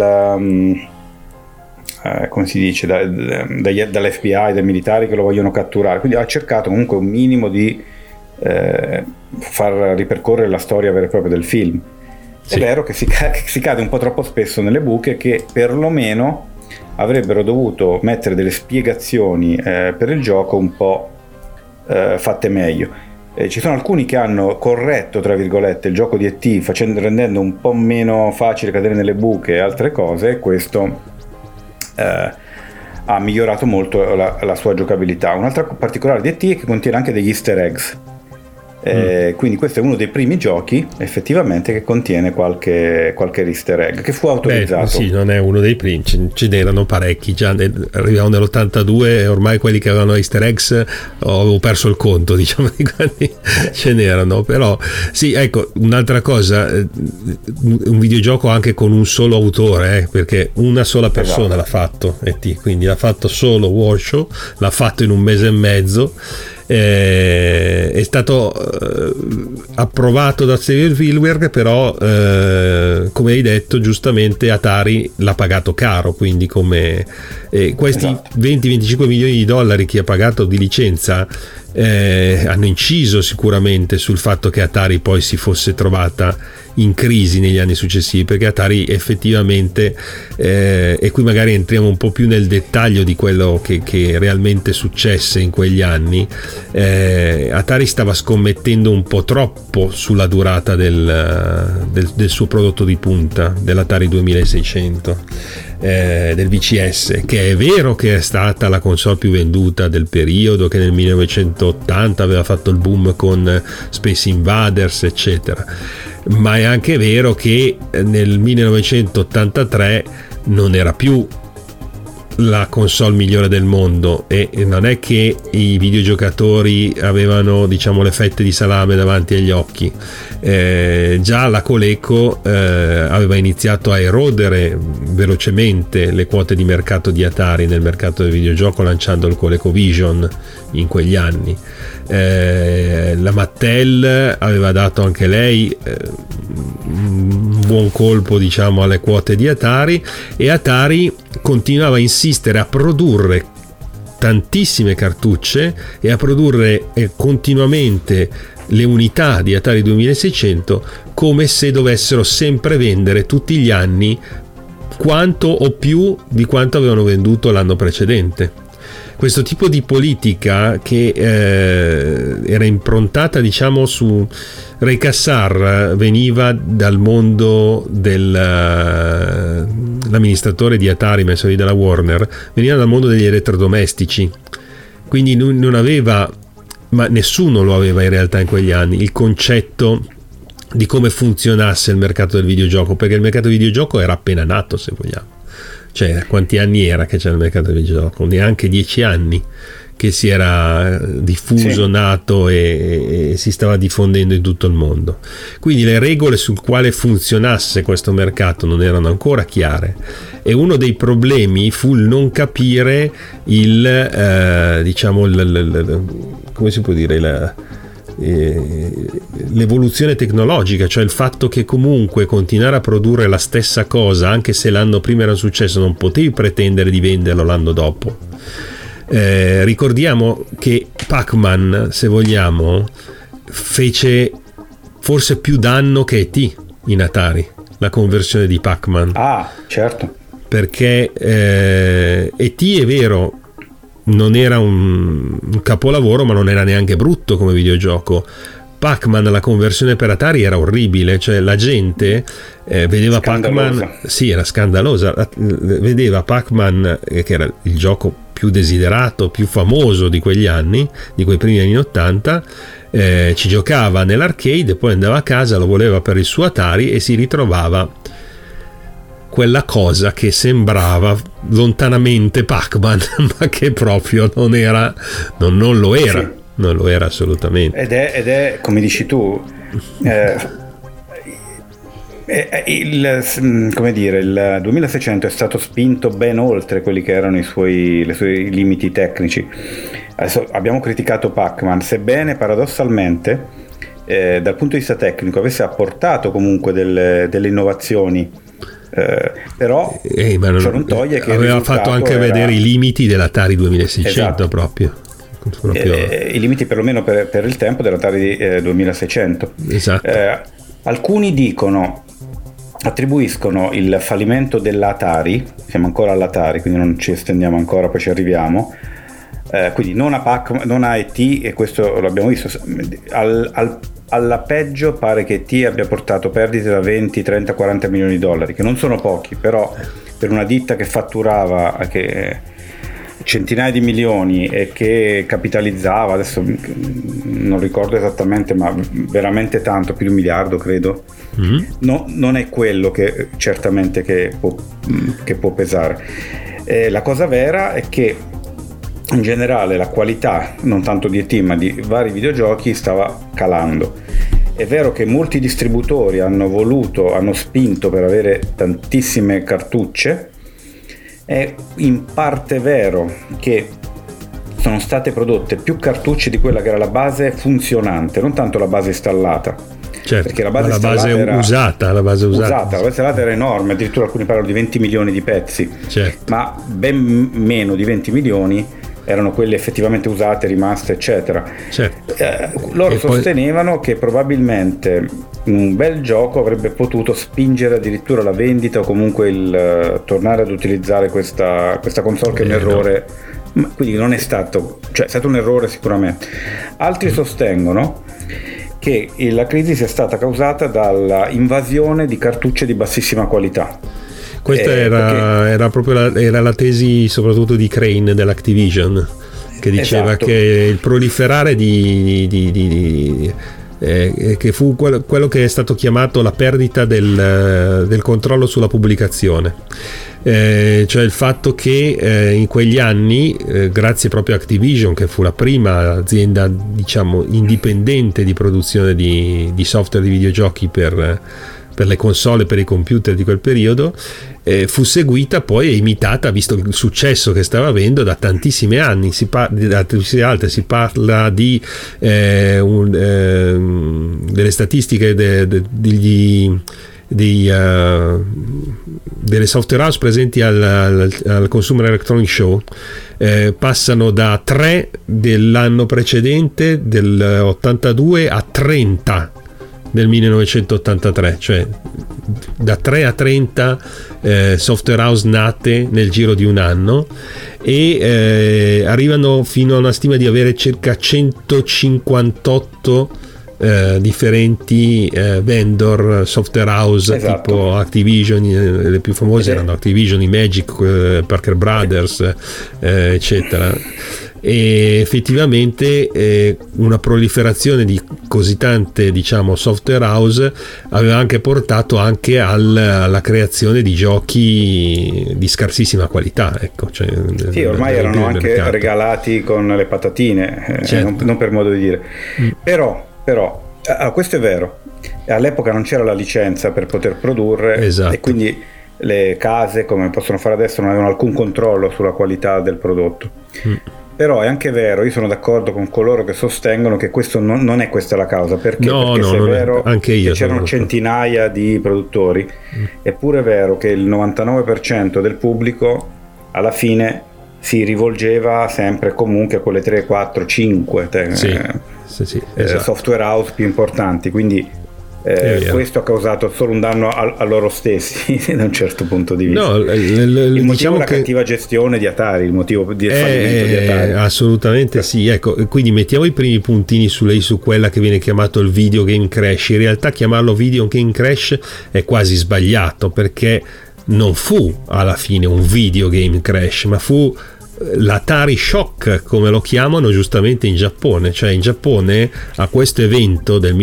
come si dice, dall'FBI, dai militari che lo vogliono catturare, quindi ha cercato comunque un minimo di far ripercorrere la storia vera e propria del film. È vero che si cade un po' troppo spesso nelle buche, che perlomeno avrebbero dovuto mettere delle spiegazioni per il gioco un po' fatte meglio. Ci sono alcuni che hanno corretto, tra virgolette, il gioco di E.T., rendendo un po' meno facile cadere nelle buche e altre cose, e questo ha migliorato molto la sua giocabilità. Un altro particolare di E.T. è che contiene anche degli easter eggs. Quindi questo è uno dei primi giochi effettivamente che contiene qualche easter egg, che fu autorizzato. Sì, non è uno dei primi, ce n'erano parecchi già arrivavamo nell'82 e ormai quelli che avevano easter eggs avevo perso il conto, diciamo, di quanti ce n'erano. Però sì, ecco, un'altra cosa, un videogioco anche con un solo autore, perché una sola persona l'ha fatto, quindi l'ha fatto solo Warshaw, l'ha fatto in un mese e mezzo. È stato approvato da Spielberg, però come hai detto giustamente Atari l'ha pagato caro, quindi come questi 20-25 milioni di dollari che ha pagato di licenza hanno inciso sicuramente sul fatto che Atari poi si fosse trovata in crisi negli anni successivi, perché Atari effettivamente e qui magari entriamo un po' più nel dettaglio di quello che realmente successe in quegli anni. Atari stava scommettendo un po' troppo sulla durata del suo prodotto di punta, dell'Atari 2600, del VCS, che è vero che è stata la console più venduta del periodo, che nel 1980 aveva fatto il boom con Space Invaders eccetera, ma è anche vero che nel 1983 non era più la console migliore del mondo, e non è che i videogiocatori avevano, diciamo, le fette di salame davanti agli occhi. Già la Coleco aveva iniziato a erodere velocemente le quote di mercato di Atari nel mercato del videogioco, lanciando il ColecoVision in quegli anni. La Mattel aveva dato anche lei un buon colpo, diciamo, alle quote di Atari, e Atari continuava a insistere a produrre tantissime cartucce e a produrre continuamente le unità di Atari 2600, come se dovessero sempre vendere tutti gli anni quanto o più di quanto avevano venduto l'anno precedente. Questo tipo di politica, che era improntata, diciamo, su Ray Kassar, veniva dal mondo dell'amministratore di Atari, messo lì dalla Warner, veniva dal mondo degli elettrodomestici, quindi non aveva, ma nessuno lo aveva in realtà in quegli anni, il concetto di come funzionasse il mercato del videogioco, perché il mercato del videogioco era appena nato, se vogliamo. Cioè, quanti anni era che c'era il mercato del videogioco? Neanche 10 anni che si era diffuso, sì, nato e si stava diffondendo in tutto il mondo. Quindi le regole sul quale funzionasse questo mercato non erano ancora chiare, e uno dei problemi fu il non capire diciamo come si può dire, l'evoluzione tecnologica, cioè il fatto che comunque continuare a produrre la stessa cosa, anche se l'anno prima era un successo, non potevi pretendere di venderlo l'anno dopo. Ricordiamo che Pac-Man, se vogliamo, fece forse più danno che E.T. in Atari, la conversione di Pac-Man. Ah, certo. Perché E.T. è vero, non era un capolavoro, ma non era neanche brutto come videogioco. Pac-Man, la conversione per Atari era orribile, cioè la gente vedeva Pac-Man, sì, era scandalosa, vedeva Pac-Man, che era il gioco più desiderato, più famoso di quegli anni, di quei primi anni 80, ci giocava nell'arcade, poi andava a casa, lo voleva per il suo Atari e si ritrovava quella cosa che sembrava lontanamente Pac-Man, ma che proprio non era, non lo era, sì, non lo era assolutamente. Ed è come dici tu, il 2600 è stato spinto ben oltre quelli che erano i suoi limiti tecnici. Adesso abbiamo criticato Pac-Man, sebbene paradossalmente dal punto di vista tecnico avesse apportato comunque delle innovazioni. Però ma non toglie che aveva fatto anche vedere i limiti dell'Atari 2600, esatto, proprio. I limiti perlomeno per il tempo dell'Atari 2600. Esatto. Alcuni attribuiscono il fallimento dell'Atari, siamo ancora all'Atari, quindi non ci estendiamo ancora, poi ci arriviamo, quindi non a Pac-Man, non a E.T., e questo l'abbiamo visto, alla peggio pare che E.T. abbia portato perdite da 20, 30, 40 milioni di dollari, che non sono pochi, però per una ditta che fatturava centinaia di milioni e che capitalizzava, adesso non ricordo esattamente, ma veramente tanto, più di 1 miliardo credo, no, non è quello che certamente che può pesare. La cosa vera è che in generale la qualità, non tanto di E.T. ma di vari videogiochi, stava calando. È vero che molti distributori hanno spinto per avere tantissime cartucce. È in parte vero che sono state prodotte più cartucce di quella che era la base funzionante, non tanto la base installata. Certo, perché la base usata la base installata era enorme, addirittura alcuni parlano di 20 milioni di pezzi, certo, ma ben meno di 20 milioni erano quelle effettivamente usate, rimaste, eccetera. Certo. Loro sostenevano che probabilmente un bel gioco avrebbe potuto spingere addirittura la vendita, o comunque il tornare ad utilizzare questa console, che è un errore. Quindi non è stato, cioè è stato un errore sicuramente. Altri sostengono che la crisi sia stata causata dalla invasione di cartucce di bassissima qualità. Questa era proprio la tesi soprattutto di Crane dell'Activision, che diceva, esatto, che il proliferare di che fu quello che è stato chiamato la perdita del controllo sulla pubblicazione. Cioè il fatto che in quegli anni, grazie proprio a Activision, che fu la prima azienda diciamo indipendente di produzione di software di videogiochi per le console, per i computer di quel periodo, fu seguita poi e imitata, visto il successo che stava avendo, da tantissime anni. Si parla di delle statistiche delle software house presenti al Consumer Electronics Show, passano da 3 dell'anno precedente, del 82, a 30 del 1983, cioè da 3 a 30 software house nate nel giro di un anno, e arrivano fino a una stima di avere circa 158 differenti vendor software house, esatto, tipo Activision. Le più famose erano Activision, i Magic, Parker Brothers, eccetera. E effettivamente una proliferazione di così tante, diciamo, software house aveva anche portato anche alla creazione di giochi di scarsissima qualità, ecco, cioè, sì, ormai erano anche regalati con le patatine, certo. Non per modo di dire. Però questo è vero, all'epoca non c'era la licenza per poter produrre, esatto, e quindi le case, come possono fare adesso, non avevano alcun controllo sulla qualità del prodotto. Però è anche vero, io sono d'accordo con coloro che sostengono che questo non è questa la causa, perché se è vero anche io che c'erano centinaia di produttori, è pure vero che il 99% del pubblico alla fine si rivolgeva sempre comunque a quelle 3, 4, 5 esatto, software house più importanti, quindi questo ha causato solo un danno a loro stessi da un certo punto di vista. Il motivo diciamo è la cattiva gestione di Atari, il motivo del fallimento di Atari. Assolutamente sì, ecco, quindi mettiamo i primi puntini su quella che viene chiamato il video game crash. In realtà chiamarlo video game crash è quasi sbagliato, perché non fu alla fine un video game crash, ma fu l'Atari Shock, come lo chiamano giustamente in Giappone. Cioè in Giappone a questo evento del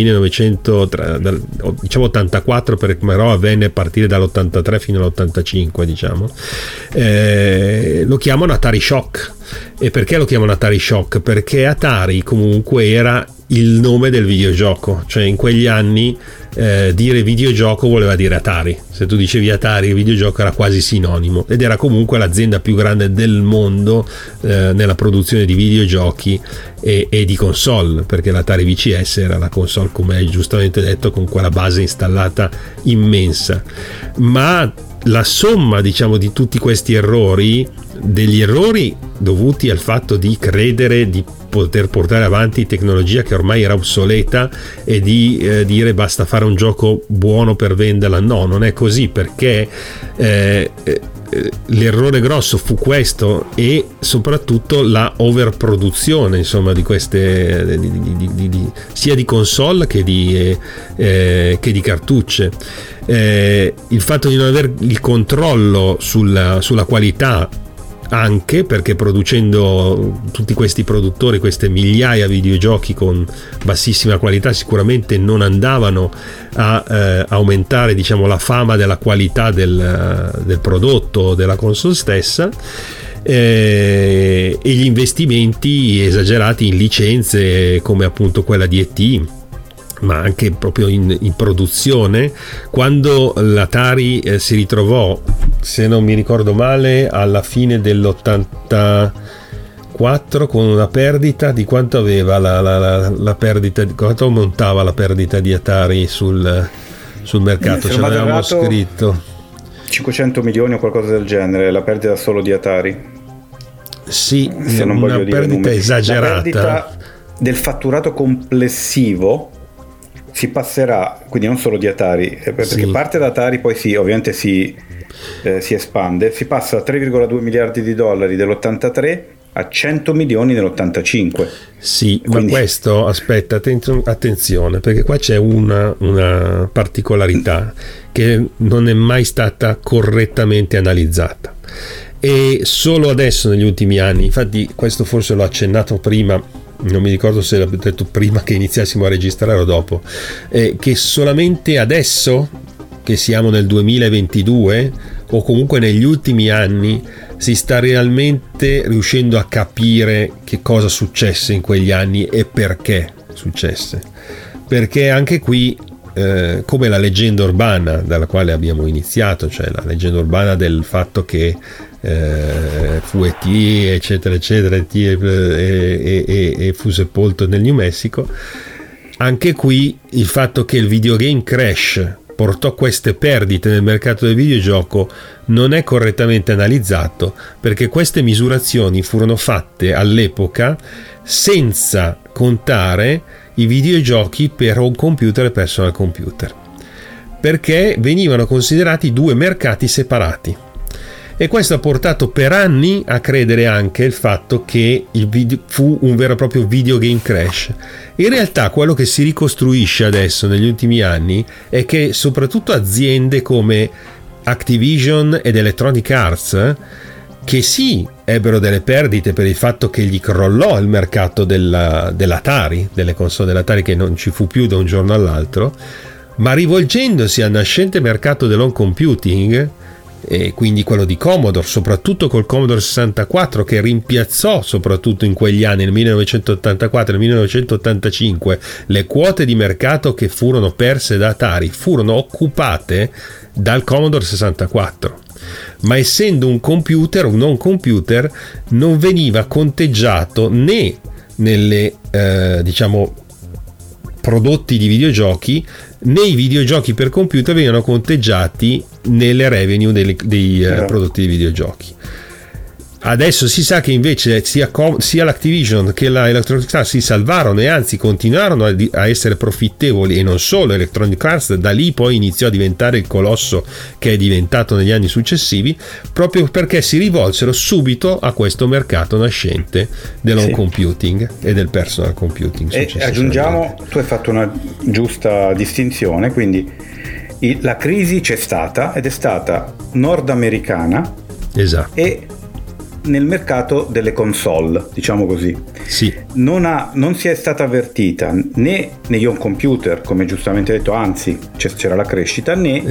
1984, però avvenne a partire dall'83 fino all'85, diciamo, lo chiamano Atari Shock. E perché lo chiamano Atari Shock? Perché Atari comunque era il nome del videogioco, cioè in quegli anni dire videogioco voleva dire Atari. Se tu dicevi Atari, il videogioco era quasi sinonimo, ed era comunque l'azienda più grande del mondo nella produzione di videogiochi e di console, perché l'Atari VCS era la console, come hai giustamente detto, con quella base installata immensa. Ma la somma, diciamo, di tutti questi errori, degli errori dovuti al fatto di credere di poter portare avanti tecnologia che ormai era obsoleta e di dire basta fare un gioco buono per venderla. No, non è così, perché l'errore grosso fu questo, e soprattutto la overproduzione, insomma, di queste sia di console che di cartucce. Il fatto di non avere il controllo sulla qualità, anche perché producendo tutti questi produttori, queste migliaia di videogiochi con bassissima qualità, sicuramente non andavano a aumentare, diciamo, la fama della qualità del prodotto, della console stessa, e gli investimenti esagerati in licenze come appunto quella di E.T., ma anche proprio in produzione. Quando l'Atari si ritrovò, se non mi ricordo male, alla fine dell'84 con una perdita di quanto aveva la perdita, quanto montava la perdita di Atari sul mercato, ce l'avevamo scritto 500 milioni o qualcosa del genere, la perdita solo di Atari. Sì, una perdita esagerata. La perdita del fatturato complessivo si passerà, quindi non solo di Atari, perché parte da Atari, poi ovviamente si espande, si passa da 3,2 miliardi di dollari dell'83 a 100 milioni nell'85. Sì, quindi... ma questo, aspetta, attenzione, perché qua c'è una particolarità che non è mai stata correttamente analizzata, e solo adesso, negli ultimi anni, infatti questo forse l'ho accennato prima, non mi ricordo se l'ho detto prima che iniziassimo a registrare o dopo, che solamente adesso che siamo nel 2022 o comunque negli ultimi anni si sta realmente riuscendo a capire che cosa successe in quegli anni e perché successe, perché anche qui come la leggenda urbana dalla quale abbiamo iniziato, cioè la leggenda urbana del fatto che fu E.T. eccetera eccetera e fu sepolto nel New Mexico, anche qui il fatto che il videogame crash portò queste perdite nel mercato del videogioco non è correttamente analizzato, perché queste misurazioni furono fatte all'epoca senza contare i videogiochi per home computer e personal computer, perché venivano considerati due mercati separati, e questo ha portato per anni a credere anche il fatto che fu un vero e proprio videogame crash. In realtà quello che si ricostruisce adesso negli ultimi anni è che soprattutto aziende come Activision ed Electronic Arts, che sì ebbero delle perdite per il fatto che gli crollò il mercato dell'Atari, delle console dell'Atari, che non ci fu più da un giorno all'altro, ma rivolgendosi al nascente mercato dell'home computing, e quindi quello di Commodore, soprattutto col Commodore 64, che rimpiazzò soprattutto in quegli anni, nel 1984 e nel 1985, le quote di mercato che furono perse da Atari furono occupate dal Commodore 64. Ma essendo un computer, un home computer, non veniva conteggiato né nelle prodotti di videogiochi, né i videogiochi per computer venivano conteggiati nelle revenue dei prodotti di videogiochi. Adesso si sa che invece sia l'Activision che la Electronic Arts si salvarono e anzi continuarono a essere profittevoli, e non solo Electronic Arts da lì poi iniziò a diventare il colosso che è diventato negli anni successivi, proprio perché si rivolsero subito a questo mercato nascente dell'home computing e del personal computing. E aggiungiamo, tu hai fatto una giusta distinzione, quindi la crisi c'è stata ed è stata nordamericana, esatto, e nel mercato delle console, diciamo così. Sì. Non si è stata avvertita né negli home computer, come giustamente detto, anzi c'era la crescita, né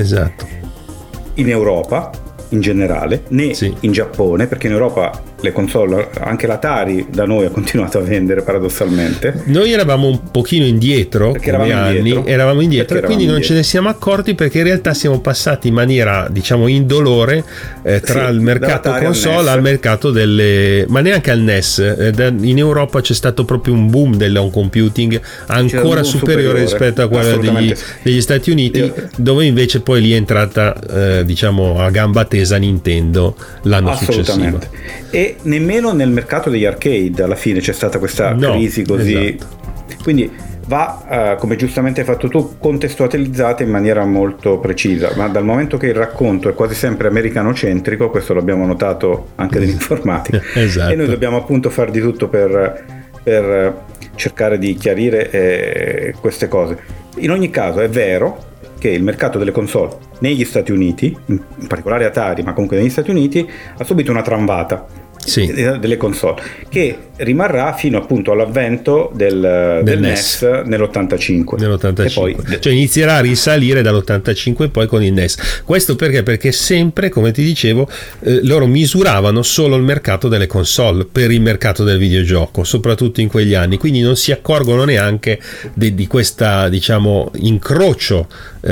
in Europa in generale, né in Giappone, perché in Europa le console, anche l'Atari da noi ha continuato a vendere paradossalmente. Noi eravamo un pochino indietro come anni, eravamo indietro e quindi non ce ne siamo accorti, perché in realtà siamo passati in maniera indolore tra il mercato console al mercato ma neanche al NES. In Europa c'è stato proprio un boom dell'home computing ancora superiore rispetto a quello degli Stati Uniti, dove invece poi lì è entrata a gamba tesa Nintendo l'anno successivo. E nemmeno nel mercato degli arcade alla fine c'è stata questa crisi così. Quindi va, come giustamente hai fatto tu, contestualizzata in maniera molto precisa, ma dal momento che il racconto è quasi sempre americanocentrico, questo l'abbiamo notato anche dell'informatica, e noi dobbiamo appunto far di tutto per cercare di chiarire queste cose. In ogni caso è vero che il mercato delle console negli Stati Uniti, in particolare Atari, ma comunque negli Stati Uniti, ha subito una tramvata delle console, che rimarrà fino appunto all'avvento del NES nell'85. E poi cioè inizierà a risalire dall'85 poi con il NES. Questo perché sempre, come ti dicevo, loro misuravano solo il mercato delle console per il mercato del videogioco, soprattutto in quegli anni, quindi non si accorgono neanche di questa incrocio.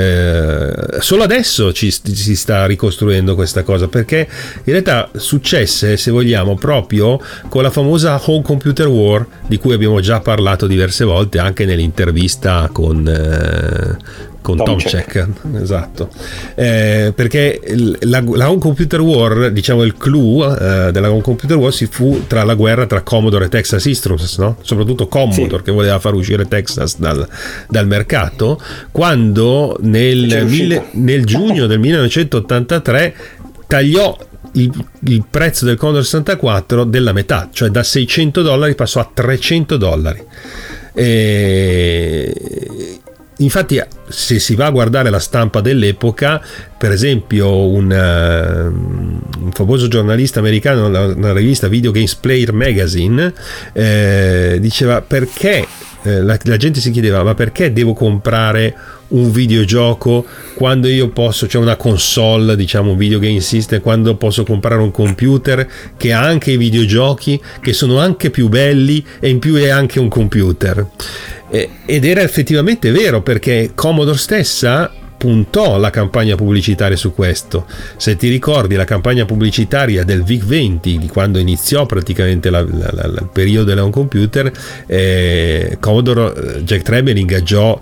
Solo adesso si sta ricostruendo questa cosa, perché in realtà successe, se vogliamo, proprio con la famosa Home Computer War, di cui abbiamo già parlato diverse volte anche nell'intervista con Tomczak, esatto, perché la Home Computer War, il clou della Home Computer War fu tra la guerra tra Commodore e Texas Instruments, no? Soprattutto Commodore, che voleva far uscire Texas dal mercato, quando nel giugno del 1983 tagliò il prezzo del Commodore 64 della metà, cioè da $600 passò a $300. infatti, se si va a guardare la stampa dell'epoca, per esempio un famoso giornalista americano, una rivista Video Games Player Magazine, diceva perché la gente si chiedeva ma perché devo comprare un videogioco quando io posso, cioè una console, diciamo un video game system, quando posso comprare un computer che ha anche i videogiochi che sono anche più belli e in più è anche un computer. Ed era effettivamente vero, perché Commodore stessa puntò la campagna pubblicitaria su questo. Se ti ricordi la campagna pubblicitaria del VIC-20, di quando iniziò praticamente il periodo dell'home computer, Commodore, Jack Tramiel ingaggiò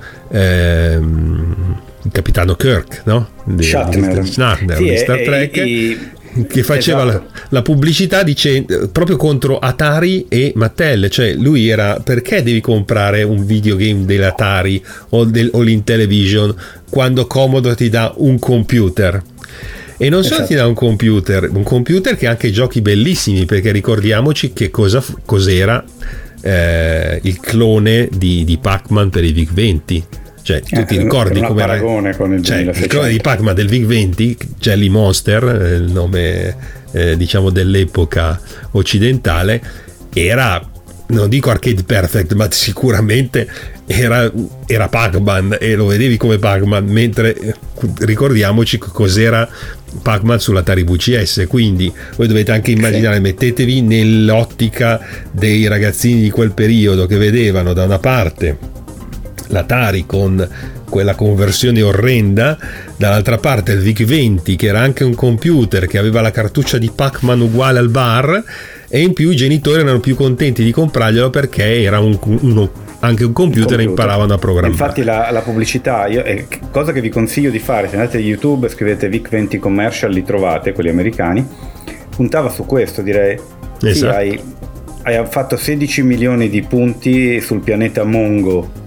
il capitano Kirk, no? Shatner di Star Trek, che faceva la pubblicità proprio contro Atari e Mattel. Cioè lui era: perché devi comprare un videogame dell'Atari o l'Intellivision quando Commodore ti dà un computer? E non solo ti dà un computer che ha anche giochi bellissimi, perché ricordiamoci che cos'era il clone di Pac-Man per i VIC-20. Cioè, tu ti ricordi come era con il il clone di Pac-Man del VIC-20, Jelly Monster, il nome diciamo dell'epoca occidentale, era, non dico arcade perfect, ma sicuramente era Pac-Man, e lo vedevi come Pac-Man, mentre ricordiamoci cos'era Pac-Man sull'Atari VCS. Quindi voi dovete anche immaginare, mettetevi nell'ottica dei ragazzini di quel periodo che vedevano da una parte l'Atari con quella conversione orrenda, dall'altra parte il VIC-20 che era anche un computer che aveva la cartuccia di Pac-Man uguale al bar, e in più i genitori erano più contenti di comprarglielo perché era anche un computer e imparavano a programmare. Infatti la pubblicità, cosa che vi consiglio di fare, se andate su YouTube, scrivete VIC-20 commercial, li trovate, quelli americani, puntava su questo, direi. Esatto. Sì, hai fatto 16 milioni di punti sul pianeta Mongo.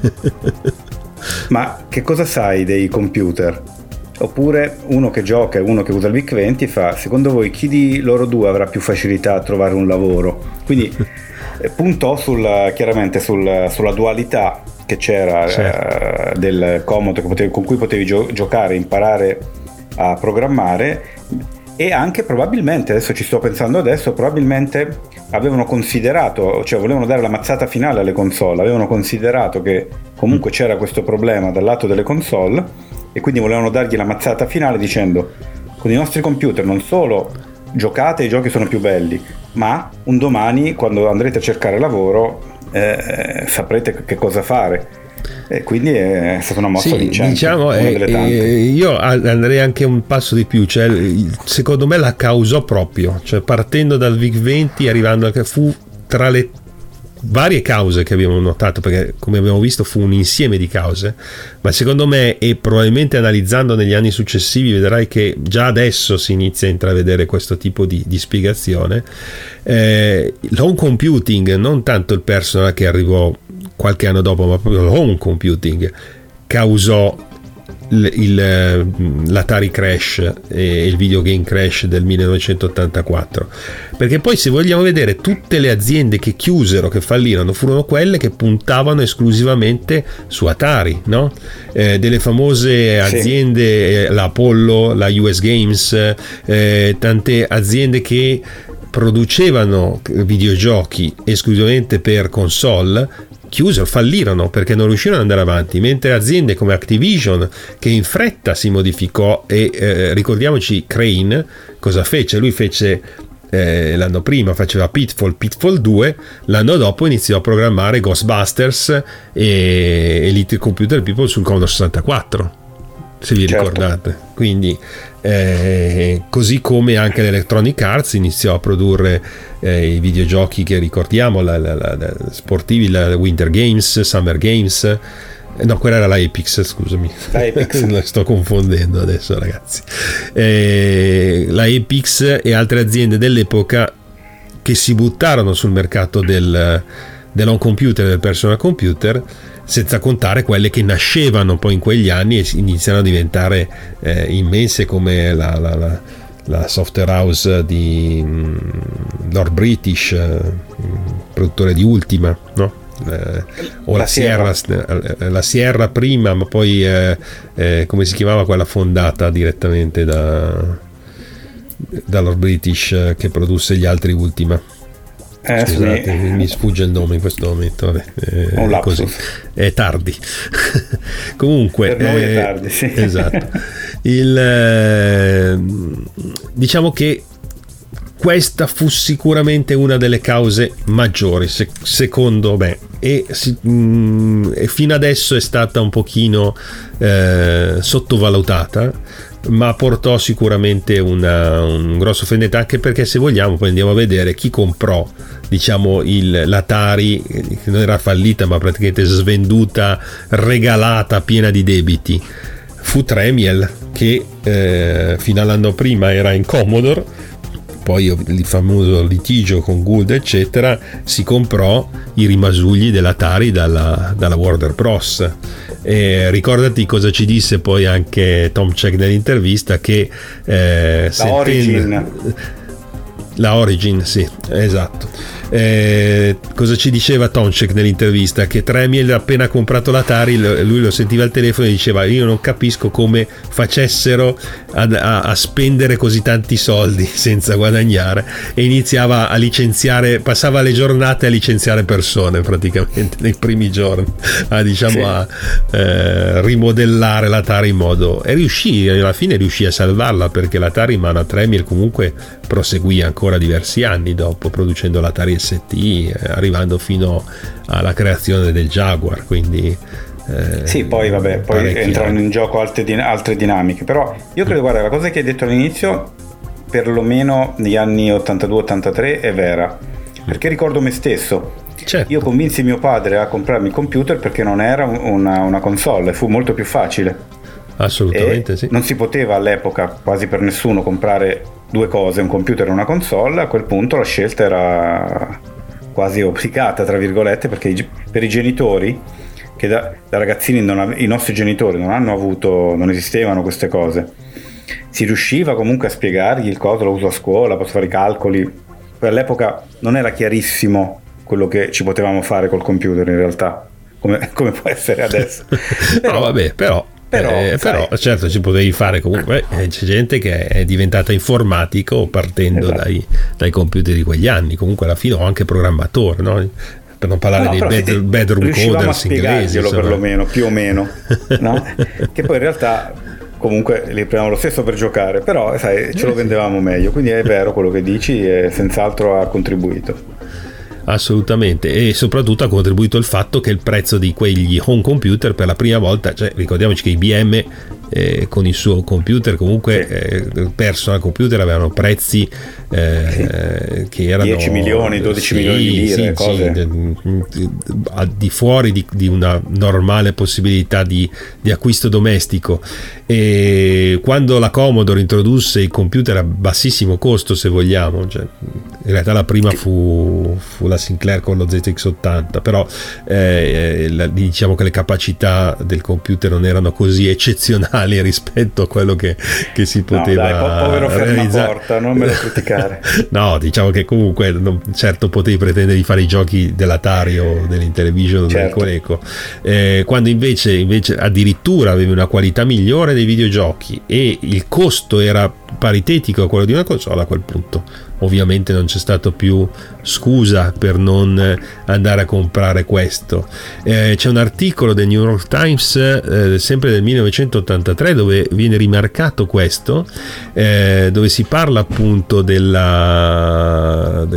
Ma che cosa sai dei computer? Oppure uno che gioca e uno che usa il VIC-20 fa: secondo voi chi di loro due avrà più facilità a trovare un lavoro? Quindi puntò chiaramente sulla dualità che c'era, certo, del Commodore con cui potevi giocare, imparare a programmare, e anche probabilmente, adesso ci sto pensando probabilmente avevano considerato, cioè volevano dare la mazzata finale alle console, avevano considerato che comunque c'era questo problema dal lato delle console, e quindi volevano dargli la mazzata finale dicendo: con i nostri computer non solo giocate, i giochi sono più belli, ma un domani quando andrete a cercare lavoro saprete che cosa fare. E quindi è stata una mossa vincente, diciamo, una delle tante. Io andrei anche un passo di più, cioè, secondo me la causò proprio, cioè partendo dal VIC-20, arrivando anche, fu tra le varie cause che abbiamo notato, perché come abbiamo visto fu un insieme di cause, ma secondo me, e probabilmente analizzando negli anni successivi vedrai che già adesso si inizia a intravedere questo tipo di spiegazione. L'home computing, non tanto il personal che arrivò qualche anno dopo, ma proprio l'home computing causò l'Atari crash e il videogame crash del 1984, perché poi, se vogliamo vedere, tutte le aziende che chiusero, che fallirono, furono quelle che puntavano esclusivamente su Atari, no? Delle famose aziende, la Apollo, la US Games, tante aziende che producevano videogiochi esclusivamente per console chiusero, fallirono perché non riuscirono ad andare avanti, mentre aziende come Activision, che in fretta si modificò, e ricordiamoci Crane cosa fece? Lui fece l'anno prima faceva Pitfall 2, l'anno dopo iniziò a programmare Ghostbusters e Elite Computer People sul Commodore 64, se vi ricordate. Quindi così come anche l'Electronic Arts iniziò a produrre i videogiochi che ricordiamo, sportivi, la Winter Games, Summer Games, no, quella era la Epix, scusami, la sto confondendo adesso, ragazzi. La Epix e altre aziende dell'epoca che si buttarono sul mercato dell'home computer e del personal computer, senza contare quelle che nascevano poi in quegli anni e iniziano a diventare immense, come la software house di Lord British, produttore di Ultima, no? o la Sierra prima, ma poi come si chiamava quella fondata direttamente dalla British che produsse gli altri Ultima. Scusate, mi sfugge il nome in questo momento. Un così. È tardi. Comunque, per noi è tardi, sì. Esatto. Diciamo che questa fu sicuramente una delle cause maggiori, secondo me, e fino adesso è stata un pochino sottovalutata, ma portò sicuramente un grosso fendente, anche perché, se vogliamo, poi andiamo a vedere chi comprò, diciamo, l'Atari, che non era fallita ma praticamente svenduta, regalata, piena di debiti. Fu Tremiel, che fino all'anno prima era in Commodore, poi il famoso litigio con Gould eccetera, si comprò i rimasugli dell'Atari dalla Warner Bros. E ricordati cosa ci disse poi anche Tom Check nell'intervista, che la Origin, sì, esatto. Cosa ci diceva Tomczyk nell'intervista? Che Tremiel, appena comprato l'Atari, lui lo sentiva al telefono e diceva: io non capisco come facessero a spendere così tanti soldi senza guadagnare, e iniziava a licenziare, passava le giornate a licenziare persone praticamente nei primi giorni, a rimodellare l'Atari in modo, e alla fine riuscì a salvarla, perché l'Atari in mano a Tremiel comunque proseguì ancora diversi anni dopo, producendo l'Atari ST, arrivando fino alla creazione del Jaguar, quindi poi entrano in gioco altre dinamiche. Però io credo, guarda, la cosa che hai detto all'inizio, perlomeno negli anni 82-83, è vera, perché ricordo me stesso. Certo. Io convinsi mio padre a comprarmi il computer perché non era una console, fu molto più facile. Assolutamente, sì. Non si poteva all'epoca quasi per nessuno comprare due cose, un computer e una console. A quel punto la scelta era quasi obbligata, tra virgolette, perché per i genitori, che da ragazzini i nostri genitori non esistevano queste cose, si riusciva comunque a spiegargli il cosa, lo uso a scuola, posso fare i calcoli. Per l'epoca non era chiarissimo quello che ci potevamo fare col computer, in realtà, come può essere adesso. Però certo, ci potevi fare comunque. C'è gente che è diventata informatico partendo dai computer di quegli anni, comunque alla fine, o anche programmatore, no? Per non parlare dei bedroom coders inglesi, perlomeno, più o meno, no? Che poi in realtà comunque li prendiamo lo stesso per giocare, però ce lo vendevamo meglio, quindi è vero quello che dici, e senz'altro ha contribuito. Assolutamente, e soprattutto ha contribuito il fatto che il prezzo di quegli home computer per la prima volta, ricordiamoci che IBM con il suo computer comunque personal computer avevano prezzi che erano 10 milioni, 12 milioni di lire, cose. Al di fuori di una normale possibilità di acquisto domestico. E quando la Commodore introdusse il computer a bassissimo costo, se vogliamo, in realtà la prima fu la Sinclair con lo ZX80, però diciamo che le capacità del computer non erano così eccezionali rispetto a quello che si poteva povero realizzare. Fermaporta, non me lo criticare. No, diciamo che comunque certo potevi pretendere di fare i giochi dell'Atari o dell'Intellivision o del Coleco, quando invece addirittura avevi una qualità migliore dei videogiochi e il costo era paritetico a quello di una console. A quel punto ovviamente non c'è stato più scusa per non andare a comprare questo. C'è un articolo del New York Times sempre del 1983 dove viene rimarcato questo, dove si parla appunto della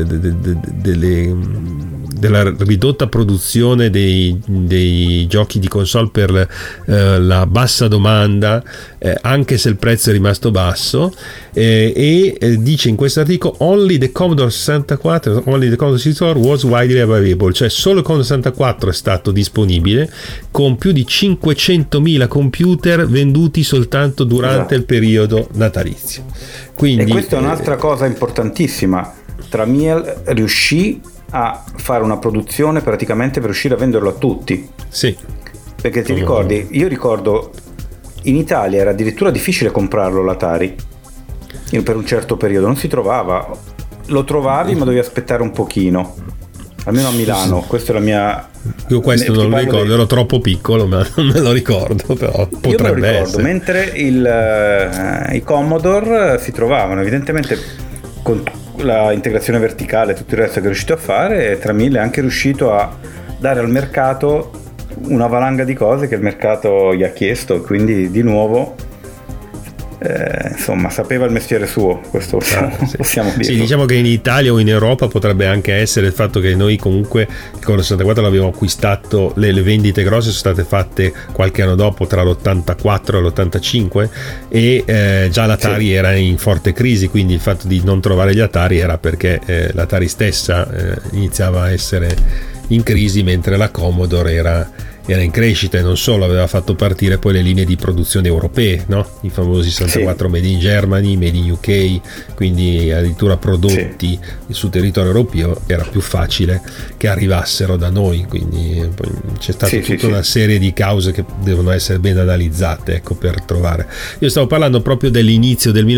ridotta produzione dei giochi di console per la bassa domanda, anche se il prezzo è rimasto basso, e dice in questo articolo: only the Commodore 64 was widely available, cioè solo il Commodore 64 è stato disponibile, con più di 500.000 computer venduti soltanto durante il periodo natalizio. Quindi, e questa è un'altra cosa importantissima. Tramiel riuscì a fare una produzione praticamente per riuscire a venderlo a tutti. Sì. Perché io ricordo in Italia era addirittura difficile comprarlo l'Atari. Per un certo periodo non si trovava. Lo trovavi ma dovevi aspettare un pochino. almeno a Milano. Questa è la mia... Io questo non lo ricordo, ero troppo piccolo, ma non me lo ricordo, però potrebbe io me lo ricordo, essere. Mentre i Commodore si trovavano evidentemente con la integrazione verticale e tutto il resto che è riuscito a fare, e tra mille è anche riuscito a dare al mercato una valanga di cose che il mercato gli ha chiesto, quindi di nuovo insomma sapeva il mestiere suo, questo possiamo dire. Sì, diciamo che in Italia o in Europa potrebbe anche essere il fatto che noi comunque con il 64 l'abbiamo acquistato, le vendite grosse sono state fatte qualche anno dopo, tra l'84 e l'85, e già l'Atari era in forte crisi, quindi il fatto di non trovare gli Atari era perché l'Atari stessa iniziava a essere in crisi, mentre la Commodore era in crescita, e non solo, aveva fatto partire poi le linee di produzione europee, no? I famosi 64 made in Germany, made in UK, quindi addirittura prodotti sul territorio europeo era più facile che arrivassero da noi, quindi poi c'è stata tutta una serie di cause che devono essere ben analizzate, ecco, per trovare. Io stavo parlando proprio dell'inizio del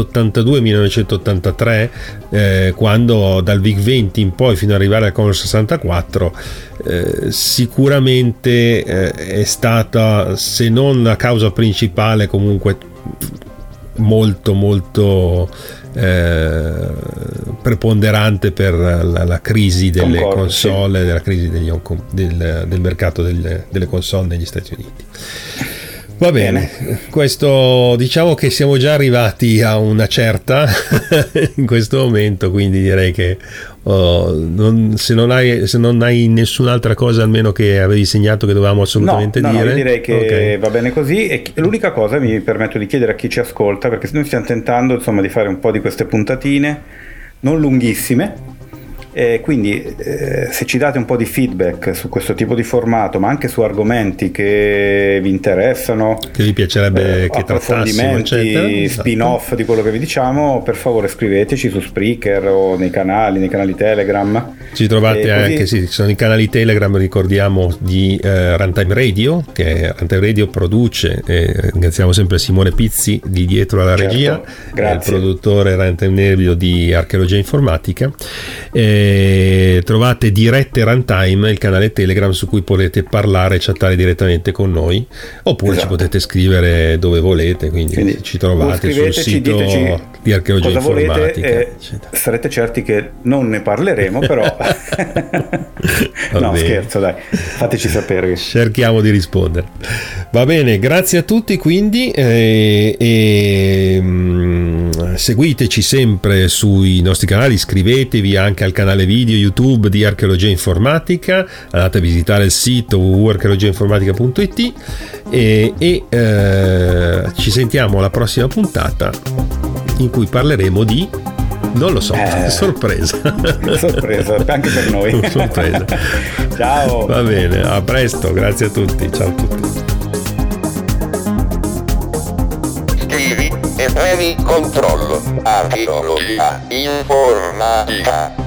1982-1983, quando dal VIC-20 in poi fino ad arrivare al Commodore 64 sicuramente è stata, se non la causa principale, comunque molto preponderante per la crisi delle console, della crisi del mercato delle console negli Stati Uniti. Va bene, questo, diciamo che siamo già arrivati a una certa in questo momento, quindi direi che se non hai nessun'altra cosa almeno che avevi segnato che dovevamo assolutamente dire. No, io direi che va bene così, e l'unica cosa mi permetto di chiedere a chi ci ascolta, perché noi stiamo tentando insomma di fare un po' di queste puntatine non lunghissime, quindi se ci date un po' di feedback su questo tipo di formato, ma anche su argomenti che vi interessano, che vi piacerebbe che trattassimo, eccetera, spin-off di quello che vi diciamo, per favore scriveteci su Spreaker o nei canali Telegram. Ci trovate anche, ci sono i canali Telegram, ricordiamo, di Runtime Radio, che Runtime Radio produce, ringraziamo sempre Simone Pizzi di dietro alla regia, il produttore Runtime Radio di Archeologia Informatica. Trovate Dirette Runtime, il canale Telegram su cui potete parlare e chattare direttamente con noi, oppure ci potete scrivere dove volete, quindi ci trovate sul sito di Archeologia Informatica. Sarete certi che non ne parleremo, però no, scherzo, dai, fateci sapere, cerchiamo di rispondere. Va bene, grazie a tutti, quindi seguiteci sempre sui nostri canali, iscrivetevi anche al canale video YouTube di Archeologia Informatica, andate a visitare il sito www.archeologiainformatica.it e ci sentiamo alla prossima puntata, in cui parleremo di, non lo so, sorpresa anche per noi. Sorpresa. Ciao, va bene, a presto, grazie a tutti, ciao a tutti. Scrivi e premi controllo. Archeologia Informatica.